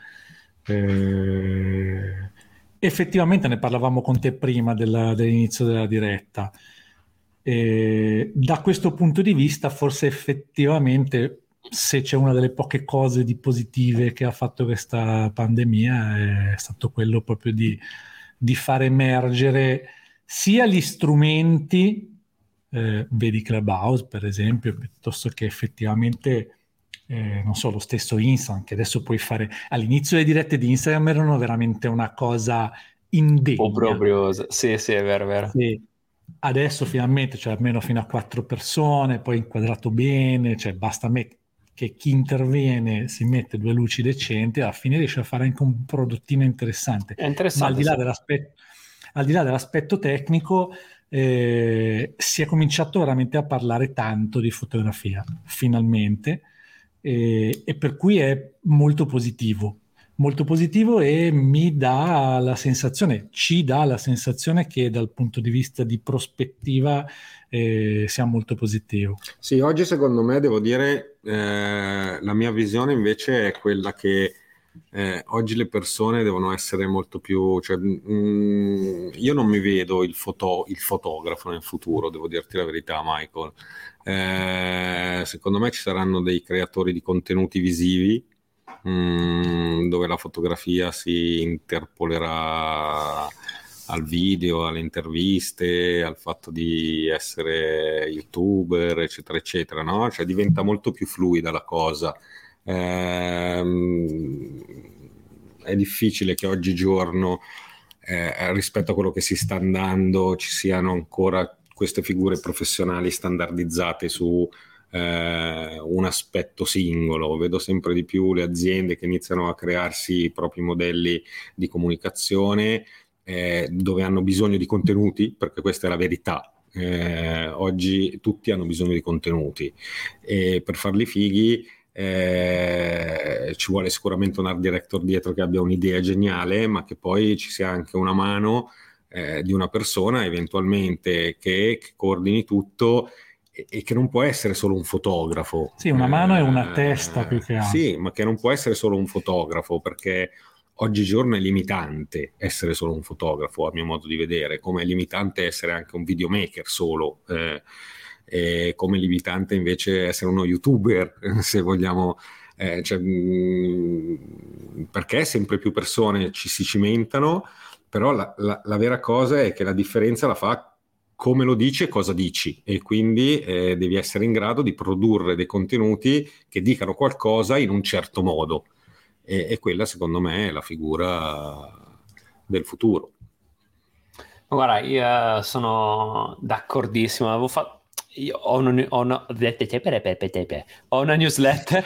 Eh, effettivamente ne parlavamo con te prima della, dell'inizio della diretta. Eh, da questo punto di vista, forse effettivamente, se c'è una delle poche cose di positive che ha fatto questa pandemia, è stato quello proprio di, di far emergere sia gli strumenti, eh, vedi Clubhouse per esempio, piuttosto che effettivamente Eh, non so, lo stesso Instagram, che adesso puoi fare. All'inizio le dirette di Instagram erano veramente una cosa indegna. Obbrobriosa, sì, sì, è vero, è vero. Sì. Adesso finalmente c'è cioè, almeno fino a quattro persone, poi inquadrato bene, cioè basta met- che chi interviene si mette due luci decenti, alla fine riesce a fare anche un prodottino interessante. È interessante. Ma al di là sì. dell'aspetto, al di là dell'aspetto tecnico, eh, si è cominciato veramente a parlare tanto di fotografia, finalmente. E, e per cui è molto positivo, molto positivo e mi dà la sensazione, ci dà la sensazione che dal punto di vista di prospettiva eh, sia molto positivo. Sì, oggi secondo me devo dire eh, la mia visione invece è quella che eh, oggi le persone devono essere molto più, cioè, mh, io non mi vedo il, foto, il fotografo nel futuro, devo dirti la verità, Michael. Eh, secondo me ci saranno dei creatori di contenuti visivi, mh, dove la fotografia si interpolerà al video, alle interviste, al fatto di essere youtuber, eccetera, eccetera, no? Cioè diventa molto più fluida la cosa. Ehm, è difficile che oggigiorno, eh, rispetto a quello che si sta andando, ci siano ancora queste figure professionali standardizzate su eh, un aspetto singolo. Vedo sempre di più le aziende che iniziano a crearsi i propri modelli di comunicazione, eh, dove hanno bisogno di contenuti, perché questa è la verità. Eh, oggi tutti hanno bisogno di contenuti e per farli fighi eh, ci vuole sicuramente un art director dietro che abbia un'idea geniale, ma che poi ci sia anche una mano eh, di una persona eventualmente che, che coordini tutto e, e che non può essere solo un fotografo. Sì, una mano eh, e una testa più che altro. Sì, ma che non può essere solo un fotografo, perché oggigiorno è limitante essere solo un fotografo, a mio modo di vedere, come è limitante essere anche un videomaker solo, eh, e come è limitante invece essere uno youtuber, se vogliamo, eh, cioè, mh, perché sempre più persone ci si cimentano, però la, la, la vera cosa è che la differenza la fa come lo dici e cosa dici, e quindi eh, devi essere in grado di produrre dei contenuti che dicano qualcosa in un certo modo. E, e quella secondo me è la figura del futuro. Guarda, io sono d'accordissimo. Avevo fatto, io ho, un, ho, una, ho una newsletter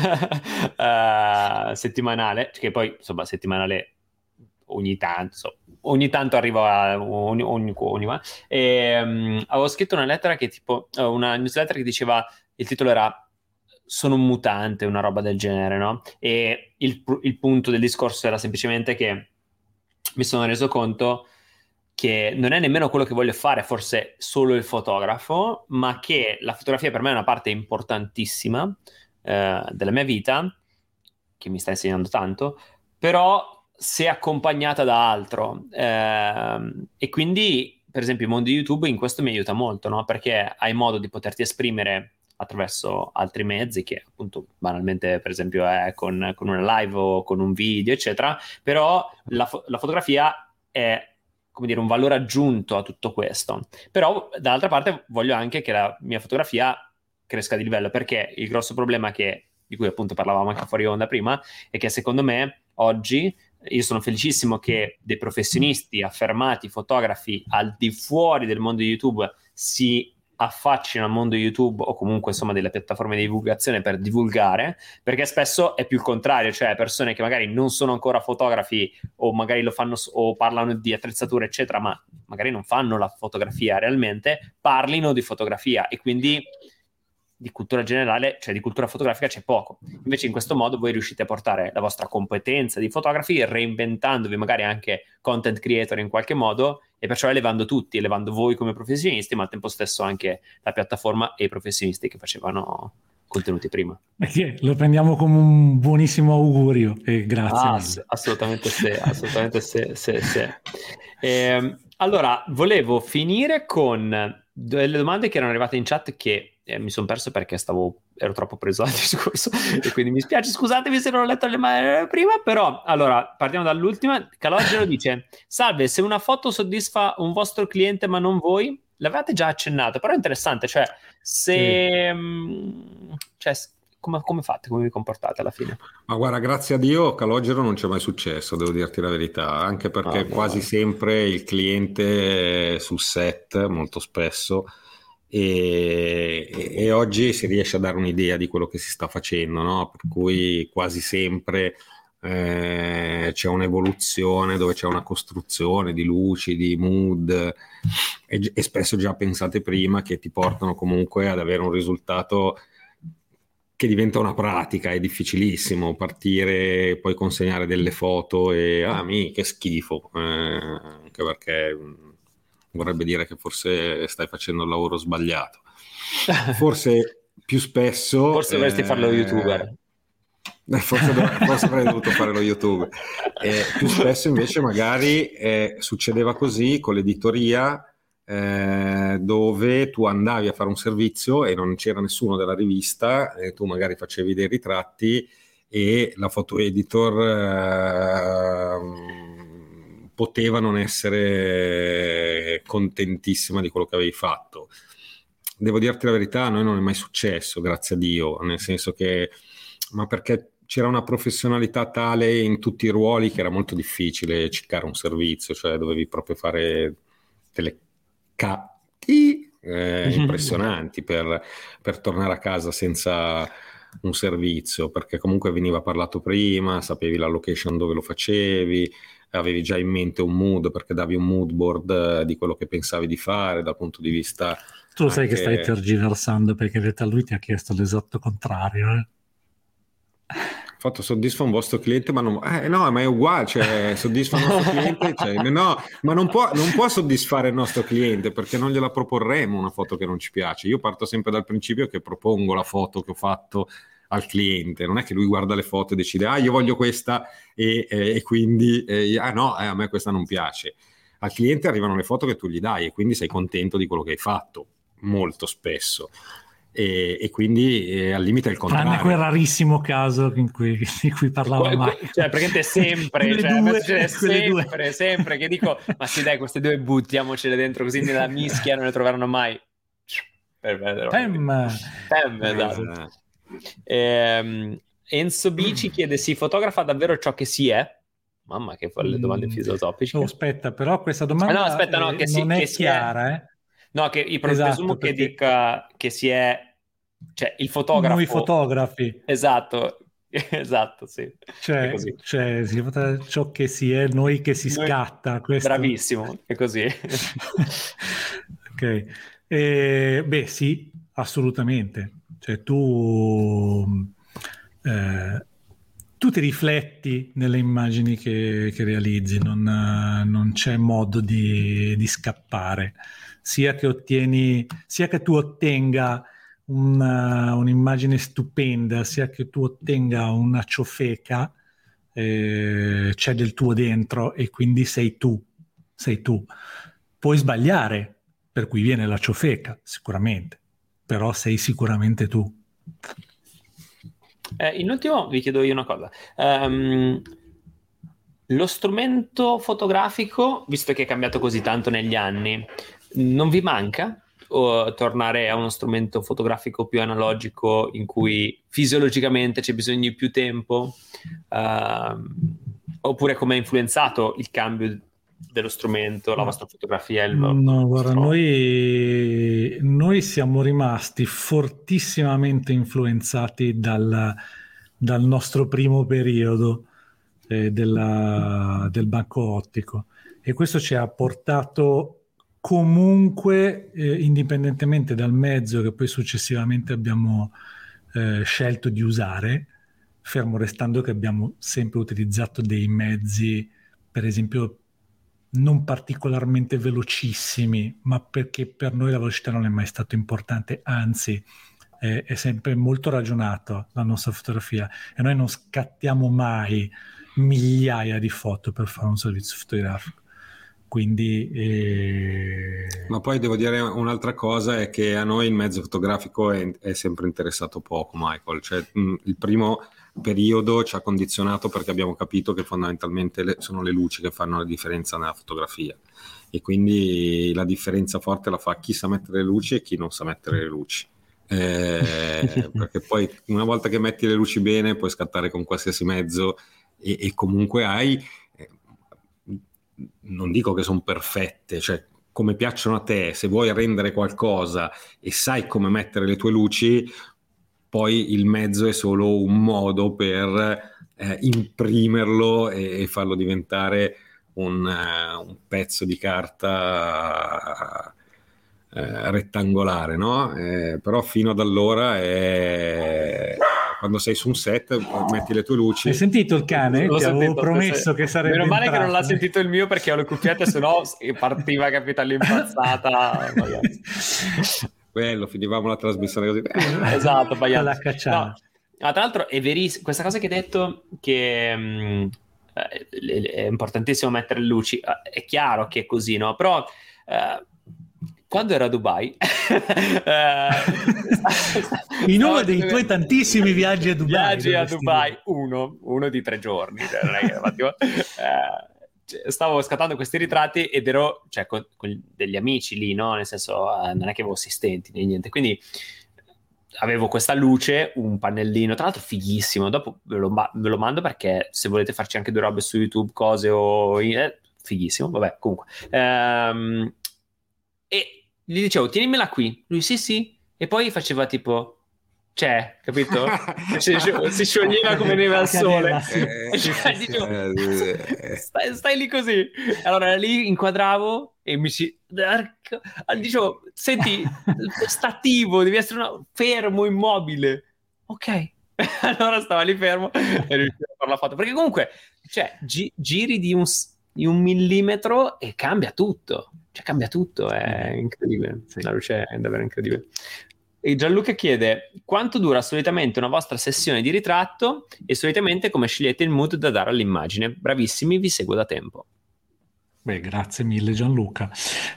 uh, settimanale, che poi insomma settimanale ogni tanto, so, ogni tanto arriva a ogni, ogni, ogni, ogni e um, avevo scritto una lettera che tipo una newsletter che diceva, il titolo era "Sono un mutante", una roba del genere, no? E il, il punto del discorso era semplicemente che mi sono reso conto che non è nemmeno quello che voglio fare, forse solo il fotografo, ma che la fotografia per me è una parte importantissima eh, della mia vita, che mi sta insegnando tanto, però se accompagnata da altro. Eh, e quindi, per esempio, il mondo di YouTube in questo mi aiuta molto, no? Perché hai modo di poterti esprimere attraverso altri mezzi, che appunto banalmente per esempio è con, con una live o con un video eccetera, però la, fo- la fotografia è, come dire, un valore aggiunto a tutto questo. Però dall'altra parte voglio anche che la mia fotografia cresca di livello, perché il grosso problema che, di cui appunto parlavamo anche fuori onda prima, è che secondo me oggi io sono felicissimo che dei professionisti affermati fotografi al di fuori del mondo di YouTube si affaccino al mondo YouTube o comunque insomma delle piattaforme di divulgazione per divulgare, perché spesso è più il contrario, cioè persone che magari non sono ancora fotografi o magari lo fanno o parlano di attrezzature eccetera, ma magari non fanno la fotografia realmente, parlino di fotografia e quindi di cultura generale, cioè di cultura fotografica c'è poco. Invece in questo modo voi riuscite a portare la vostra competenza di fotografi reinventandovi magari anche content creator in qualche modo, e perciò elevando tutti, elevando voi come professionisti, ma al tempo stesso anche la piattaforma e i professionisti che facevano contenuti prima. Perché lo prendiamo come un buonissimo augurio e grazie. Ah, ass- assolutamente sì, assolutamente sì, sì, sì. E, allora, volevo finire con delle domande che erano arrivate in chat che eh, mi sono perso perché stavo ero troppo preso al discorso e quindi mi spiace, scusatemi se non ho letto le ma- prima, però allora partiamo dall'ultima. Calogero dice: salve, se una foto soddisfa un vostro cliente ma non voi, l'avevate già accennato, però è interessante, cioè se sì. mh, cioè, come, come fate, come vi comportate alla fine? Ma guarda, grazie a Dio Calogero non c'è mai successo, devo dirti la verità, anche perché oh, quasi no. sempre il cliente è sul set molto spesso e, e oggi si riesce a dare un'idea di quello che si sta facendo, no? Per cui quasi sempre eh, c'è un'evoluzione dove c'è una costruzione di luci, di mood e, e spesso già pensate prima, che ti portano comunque ad avere un risultato che diventa una pratica. È difficilissimo partire, poi consegnare delle foto e ah mi che schifo, eh, anche perché vorrebbe dire che forse stai facendo il lavoro sbagliato, forse più spesso forse dovresti eh, farlo youtuber. Forse, dov- forse avrei dovuto fare lo YouTube. Eh, più spesso invece magari eh, succedeva così con l'editoria, eh, dove tu andavi a fare un servizio e non c'era nessuno della rivista, e tu magari facevi dei ritratti e la photo editor eh, poteva non essere contentissima di quello che avevi fatto. Devo dirti la verità, a noi non è mai successo, grazie a Dio, nel senso che, ma perché c'era una professionalità tale in tutti i ruoli che era molto difficile ciccare un servizio, cioè dovevi proprio fare delle catti eh, impressionanti per, per tornare a casa senza un servizio, perché comunque veniva parlato prima, sapevi la location dove lo facevi, avevi già in mente un mood, perché davi un mood board di quello che pensavi di fare dal punto di vista... Tu lo sai anche... che stai tergiversando, perché in realtà lui ti ha chiesto l'esatto contrario, eh? Fatto soddisfa un vostro cliente, ma non eh, no, ma è uguale, cioè soddisfa il nostro cliente, cioè, no, ma non può, non può soddisfare il nostro cliente, perché non gliela proporremo una foto che non ci piace. Io parto sempre dal principio che propongo la foto che ho fatto al cliente, non è che lui guarda le foto e decide ah io voglio questa e, e, e quindi eh, ah no, eh, a me questa non piace. Al cliente arrivano le foto che tu gli dai e quindi sei contento di quello che hai fatto molto spesso. E, e quindi eh, al limite è il contrario. Tranne quel rarissimo caso in cui, di cui parlava Que- mai. Cioè, praticamente sempre, cioè, due, succede sempre, due. sempre che dico, ma sì dai, queste due buttiamocele dentro così nella mischia non le troveranno mai. Per Pem! Pem, esatto. Ehm, Enzo B ci chiede, si fotografa davvero ciò che si è? Mamma che le domande filosofiche. Oh, aspetta, però questa domanda ah, no, aspetta, no, eh, che si, non è che chiara, è... eh? No, che io esatto, presumo che perché... dica che si è, cioè il fotografo. Noi fotografi. Esatto, esatto, sì. Cioè, è così. Cioè si fa ciò che si è, noi che si noi... scatta. Questo... Bravissimo, è così. Ok. Eh, beh, sì, assolutamente. Cioè tu... Eh, tu ti rifletti nelle immagini che, che realizzi, non, non c'è modo di, di scappare, sia che ottieni, sia che tu ottenga una, un'immagine stupenda, sia che tu ottenga una ciofeca, eh, c'è del tuo dentro e quindi sei tu, sei tu. Puoi sbagliare, per cui viene la ciofeca, sicuramente, però sei sicuramente tu. Eh, in ultimo vi chiedo io una cosa. Um, lo strumento fotografico, visto che è cambiato così tanto negli anni, non vi manca o tornare a uno strumento fotografico più analogico in cui fisiologicamente c'è bisogno di più tempo? Uh, oppure come ha influenzato il cambio dello strumento, la vostra fotografia? Il no, guarda, noi, noi siamo rimasti fortissimamente influenzati dal, dal nostro primo periodo eh, della, del banco ottico, e questo ci ha portato comunque, eh, indipendentemente dal mezzo che poi successivamente abbiamo eh, scelto di usare, fermo restando che abbiamo sempre utilizzato dei mezzi, per esempio, non particolarmente velocissimi, ma perché per noi la velocità non è mai stato importante, anzi è, è sempre molto ragionata la nostra fotografia, e noi non scattiamo mai migliaia di foto per fare un servizio fotografico. Quindi eh... ma poi devo dire un'altra cosa, è che a noi il mezzo fotografico è, è sempre interessato poco, Michael, cioè mh, il primo periodo ci ha condizionato perché abbiamo capito che fondamentalmente le, sono le luci che fanno la differenza nella fotografia, e quindi la differenza forte la fa chi sa mettere le luci e chi non sa mettere le luci, eh, perché poi una volta che metti le luci bene puoi scattare con qualsiasi mezzo e, e comunque hai eh, non dico che sono perfette, cioè come piacciono a te, se vuoi rendere qualcosa e sai come mettere le tue luci, poi il mezzo è solo un modo per eh, imprimerlo e, e farlo diventare un, uh, un pezzo di carta uh, rettangolare, no? Eh, però fino ad allora è... quando sei su un set metti le tue luci. Hai sentito il cane? L'ho Ti sentito, avevo promesso sì. Che sarebbe meno male entrato. Che non l'ha sentito il mio, perché ho le cuffiette, se no partiva, capito, all'impazzata. Quello, finivamo la trasmissione così. Esatto, la cacciata. No, Ma tra l'altro è verissimo, questa cosa che hai detto che mh, è importantissimo mettere le luci, è chiaro che è così, no? Però eh, quando ero a Dubai in uno dei dove... tuoi tantissimi viaggi a Dubai, viaggi a Dubai uno, uno di tre giorni, non è che attimo, eh, stavo scattando questi ritratti ed ero cioè, con, con degli amici lì, no? Nel senso eh, non è che avevo assistenti né niente, quindi avevo questa luce, un pannellino, tra l'altro fighissimo, dopo ve lo, ve lo mando perché se volete farci anche due robe su YouTube, cose o... Eh, fighissimo, vabbè, comunque. Ehm, e gli dicevo, tienimela qui. Lui, sì, sì. E poi faceva tipo... C'è, capito? si, si scioglieva come neve al sole. Eh, cioè, sì, dicevo, eh, stai, stai lì così. Allora lì inquadravo e mi si... Dicevo, senti, stativo, devi essere una... fermo, immobile. Ok. Allora stava lì fermo e riuscivo a fare la foto. Perché comunque, cioè, gi- giri di un, di un millimetro e cambia tutto. Cioè, cambia tutto, è incredibile. Sì. La luce è davvero incredibile. E Gianluca chiede quanto dura solitamente una vostra sessione di ritratto e solitamente come scegliete il mood da dare all'immagine. Bravissimi, vi seguo da tempo. Beh, grazie mille Gianluca.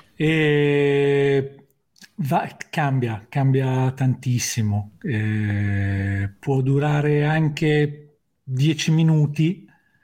E... Va, cambia, cambia tantissimo. Eh, può durare anche dieci minuti.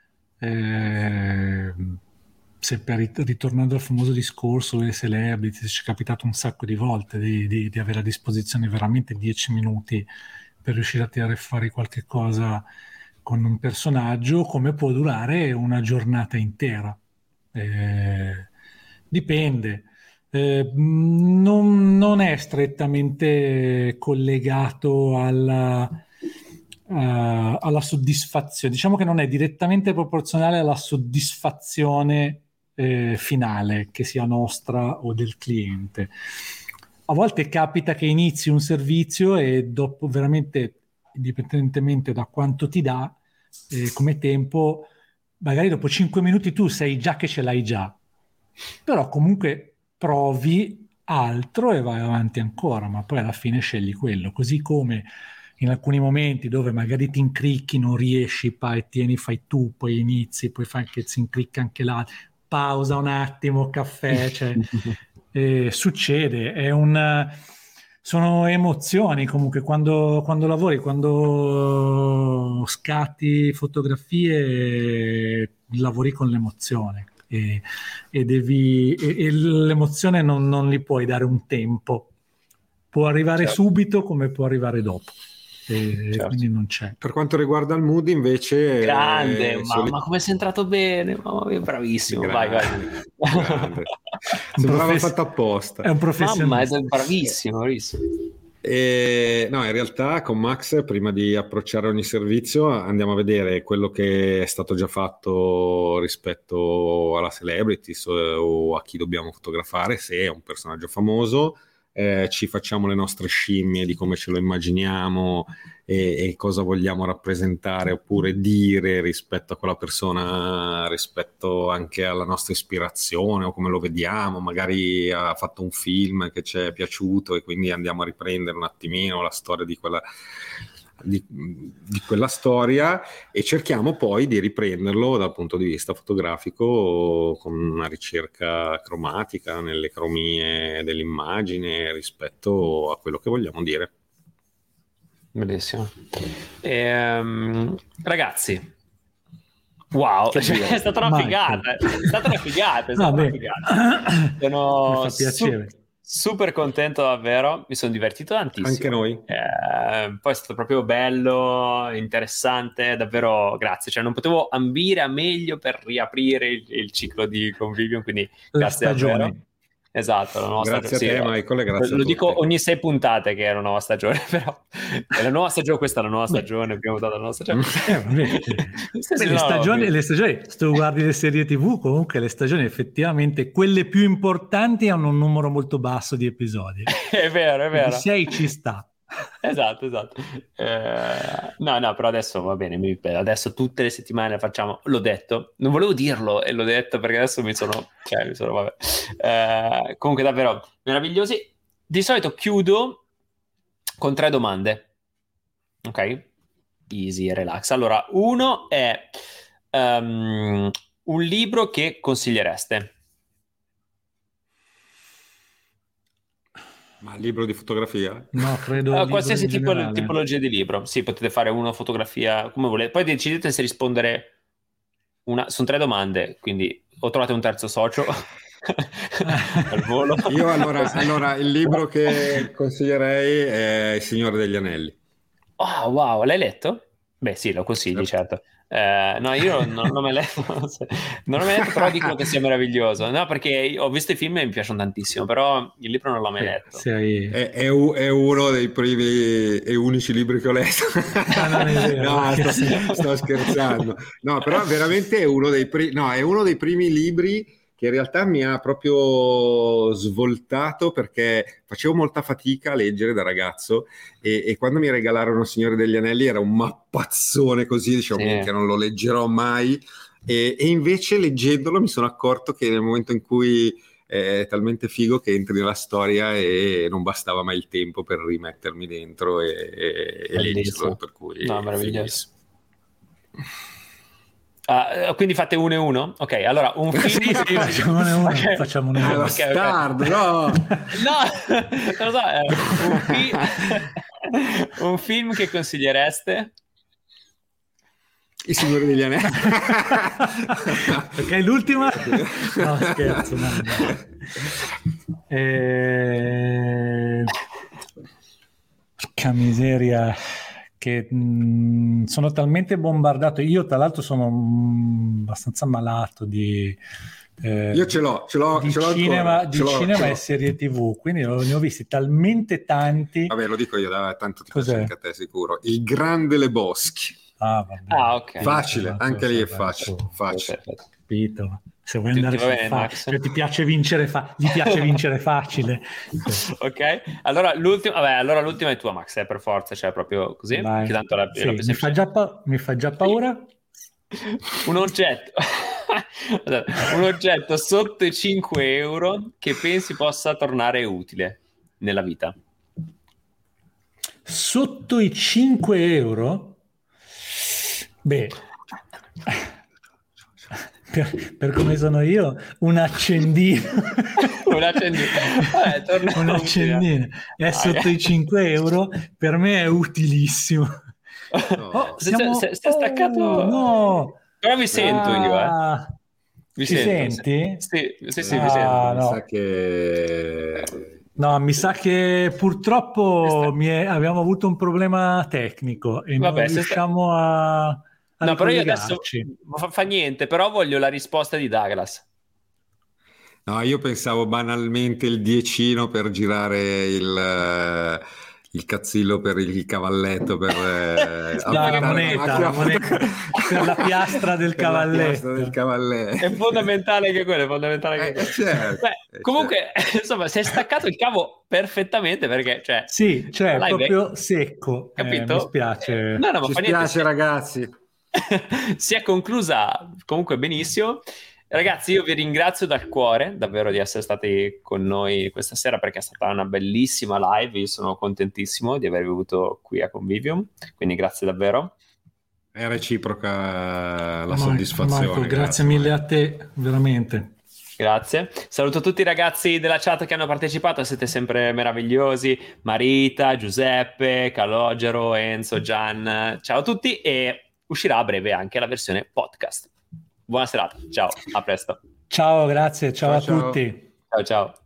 Eh, se per ritornando al famoso discorso delle celebrity, ci è capitato un sacco di volte di, di, di avere a disposizione veramente dieci minuti per riuscire a tirare fuori qualche cosa con un personaggio, come può durare una giornata intera. Eh, dipende. Eh, non, non è strettamente collegato alla, uh, alla soddisfazione. Diciamo che non è direttamente proporzionale alla soddisfazione eh, finale, che sia nostra o del cliente. A volte capita che inizi un servizio e dopo veramente, indipendentemente da quanto ti dà, eh, come tempo, magari dopo cinque minuti tu sai già che ce l'hai già, però comunque provi altro e vai avanti ancora, ma poi alla fine scegli quello, così come in alcuni momenti dove magari ti incricchi, non riesci, poi tieni, fai tu, poi inizi, poi fai che si incricca anche l'altro, pausa un attimo, caffè, cioè, eh, succede, è un... sono emozioni comunque quando, quando lavori, quando scatti fotografie, lavori con l'emozione e, e, devi, e, e l'emozione non, non gli puoi dare un tempo, può arrivare certo. subito come può arrivare dopo. E certo. Quindi non c'è. Per quanto riguarda il mood invece grande, eh, mamma soli... come sei entrato bene, mamma mia, bravissimo, grande, vai vai grande. Sembrava profes... fatto apposta, è un professionista, mamma, è bravissimo, bravissimo. E, no, in realtà con Max prima di approcciare ogni servizio andiamo a vedere quello che è stato già fatto rispetto alla celebrities o a chi dobbiamo fotografare, se è un personaggio famoso. Eh, ci facciamo le nostre scimmie di come ce lo immaginiamo e, e cosa vogliamo rappresentare oppure dire rispetto a quella persona, rispetto anche alla nostra ispirazione o come lo vediamo, magari ha fatto un film che ci è piaciuto e quindi andiamo a riprendere un attimino la storia di quella Di, di quella storia e cerchiamo poi di riprenderlo dal punto di vista fotografico con una ricerca cromatica nelle cromie dell'immagine rispetto a quello che vogliamo dire. Bellissimo. Ehm, ragazzi, wow, cioè, è stata una figata, è stata una figata, è stata no, una figata. Sono mi fa piacere. Su- super contento davvero, mi sono divertito tantissimo. Anche noi. Eh, poi è stato proprio bello, interessante, davvero grazie. Cioè non potevo ambire a meglio per riaprire il, il ciclo di Convivium, quindi la grazie stagione. Davvero. Esatto, la nuova grazie stagione. a te, sì, Michael, e grazie lo a dico tutti. ogni sei puntate che è una nuova stagione, però è la nuova stagione, questa è la nuova stagione, abbiamo dato la nuova stagione. Eh, Beh, le, stagioni, le stagioni, se tu guardi le serie tivù, comunque le stagioni effettivamente, quelle più importanti hanno un numero molto basso di episodi. È vero, è vero. sei ci sta. Esatto, esatto. Eh, no, no, però adesso va bene, mi, adesso tutte le settimane facciamo, l'ho detto, non volevo dirlo e l'ho detto perché adesso mi sono, cioè, mi sono, vabbè. Eh, comunque davvero meravigliosi. Di solito chiudo con tre domande, ok? easy e relax. Allora, uno è um, un libro che consigliereste. Ma libro di fotografia? No, credo Uh, qualsiasi tipo, generale. tipologia di libro. Sì, potete fare una fotografia come volete. Poi decidete se rispondere una... Sono tre domande, quindi o trovate un terzo socio al volo. Io allora, allora il libro che consiglierei è Il Signore degli Anelli. Oh, wow, l'hai letto? Beh, sì, lo consigli, certo. certo. Eh, no, io non l'ho mai letto, non l'ho mai letto, però dicono che sia meraviglioso. No, perché ho visto i film e mi piacciono tantissimo, però il libro non l'ho mai letto. Sei... È, è, è uno dei primi e unici libri che ho letto. Ah, non è vero, no, sto, sto scherzando. No, però veramente è uno dei primi, no, è uno dei primi libri che in realtà mi ha proprio svoltato, perché facevo molta fatica a leggere da ragazzo e, e quando mi regalarono Signore degli Anelli era un mappazzone così, dicevo, sì, che non lo leggerò mai, e, e invece leggendolo mi sono accorto che nel momento in cui è talmente figo che entri nella storia e non bastava mai il tempo per rimettermi dentro e, e, e leggerlo, per cui no, meraviglioso. Uh, quindi fate uno e uno? Ok, allora un film. Sì, sì, facciamo uno e uno. Okay. Facciamo uno e uno. Okay, Stard, okay. No, no, non lo so. Eh, un, fi- un film che consigliereste? I Signori degli Anelli. Ok, l'ultima? No, scherzo. No, no. Eh... Porca miseria. Che mh, sono talmente bombardato. Io tra l'altro sono mh, abbastanza malato di eh, io ce l'ho, ce l'ho, di ce l'ho cinema, ancora. di ce l'ho, cinema ce e serie tv, quindi ne ho visti talmente tanti. Vabbè, lo dico io, da, tanto ti faccio anche a te sicuro. Il Grande Lebowski. Ah, vabbè. Ah, ok. Facile, sì, anche lì è vabbè, facile, tu, facile. Capito. Se vuoi andare ti, ti fa- cioè, ti piace vincere fa- gli piace vincere facile. Ok, allora l'ultima, vabbè, allora l'ultima è tua, Max, eh, per forza, cioè proprio così. Che tanto la, sì, la mi, fa già pa- mi fa già paura. Un oggetto un oggetto sotto i cinque euro che pensi possa tornare utile nella vita. Sotto i cinque euro? Beh, per, per come sono io, un accendino. un accendino. Vabbè, torna un accendino è sotto ah, i cinque euro, per me è utilissimo. No. Oh, siamo... se, se, se è staccato oh, no. Però mi sento ah, io eh. Mi ti sento. Senti? Sì, sì, sì, ah, mi sento. Mi no. sa che No, mi sa che purtroppo mi è... abbiamo avuto un problema tecnico e Vabbè, non riusciamo sta... a No, però io adesso fa, fa niente, però voglio la risposta di Douglas. No, io pensavo banalmente il diecino per girare il, il cazzillo per il cavalletto, per eh, no, la moneta, la moneta per la piastra del per cavalletto. La piastra del cavalletto. È fondamentale anche quello, è fondamentale anche quello. Eh, certo, Beh, comunque, certo. Insomma, si è staccato il cavo perfettamente perché, cioè... Sì, cioè, proprio è... secco. Capito? Eh, mi spiace. No, no, ma Ci fa spiace, niente. ragazzi. Si è conclusa comunque benissimo. Ragazzi, io vi ringrazio dal cuore davvero di essere stati con noi questa sera, perché è stata una bellissima live. Io sono contentissimo di avervi avuto qui a Convivium, quindi grazie davvero. È reciproca la Marco, soddisfazione. Marco, grazie, grazie mille a te, veramente. Grazie. Saluto tutti i ragazzi della chat che hanno partecipato, siete sempre meravigliosi. Marita, Giuseppe, Calogero, Enzo, Gian. Ciao a tutti, e uscirà a breve anche la versione podcast. Buona serata, ciao, a presto. Ciao, grazie, ciao, ciao a ciao. tutti. Ciao, ciao.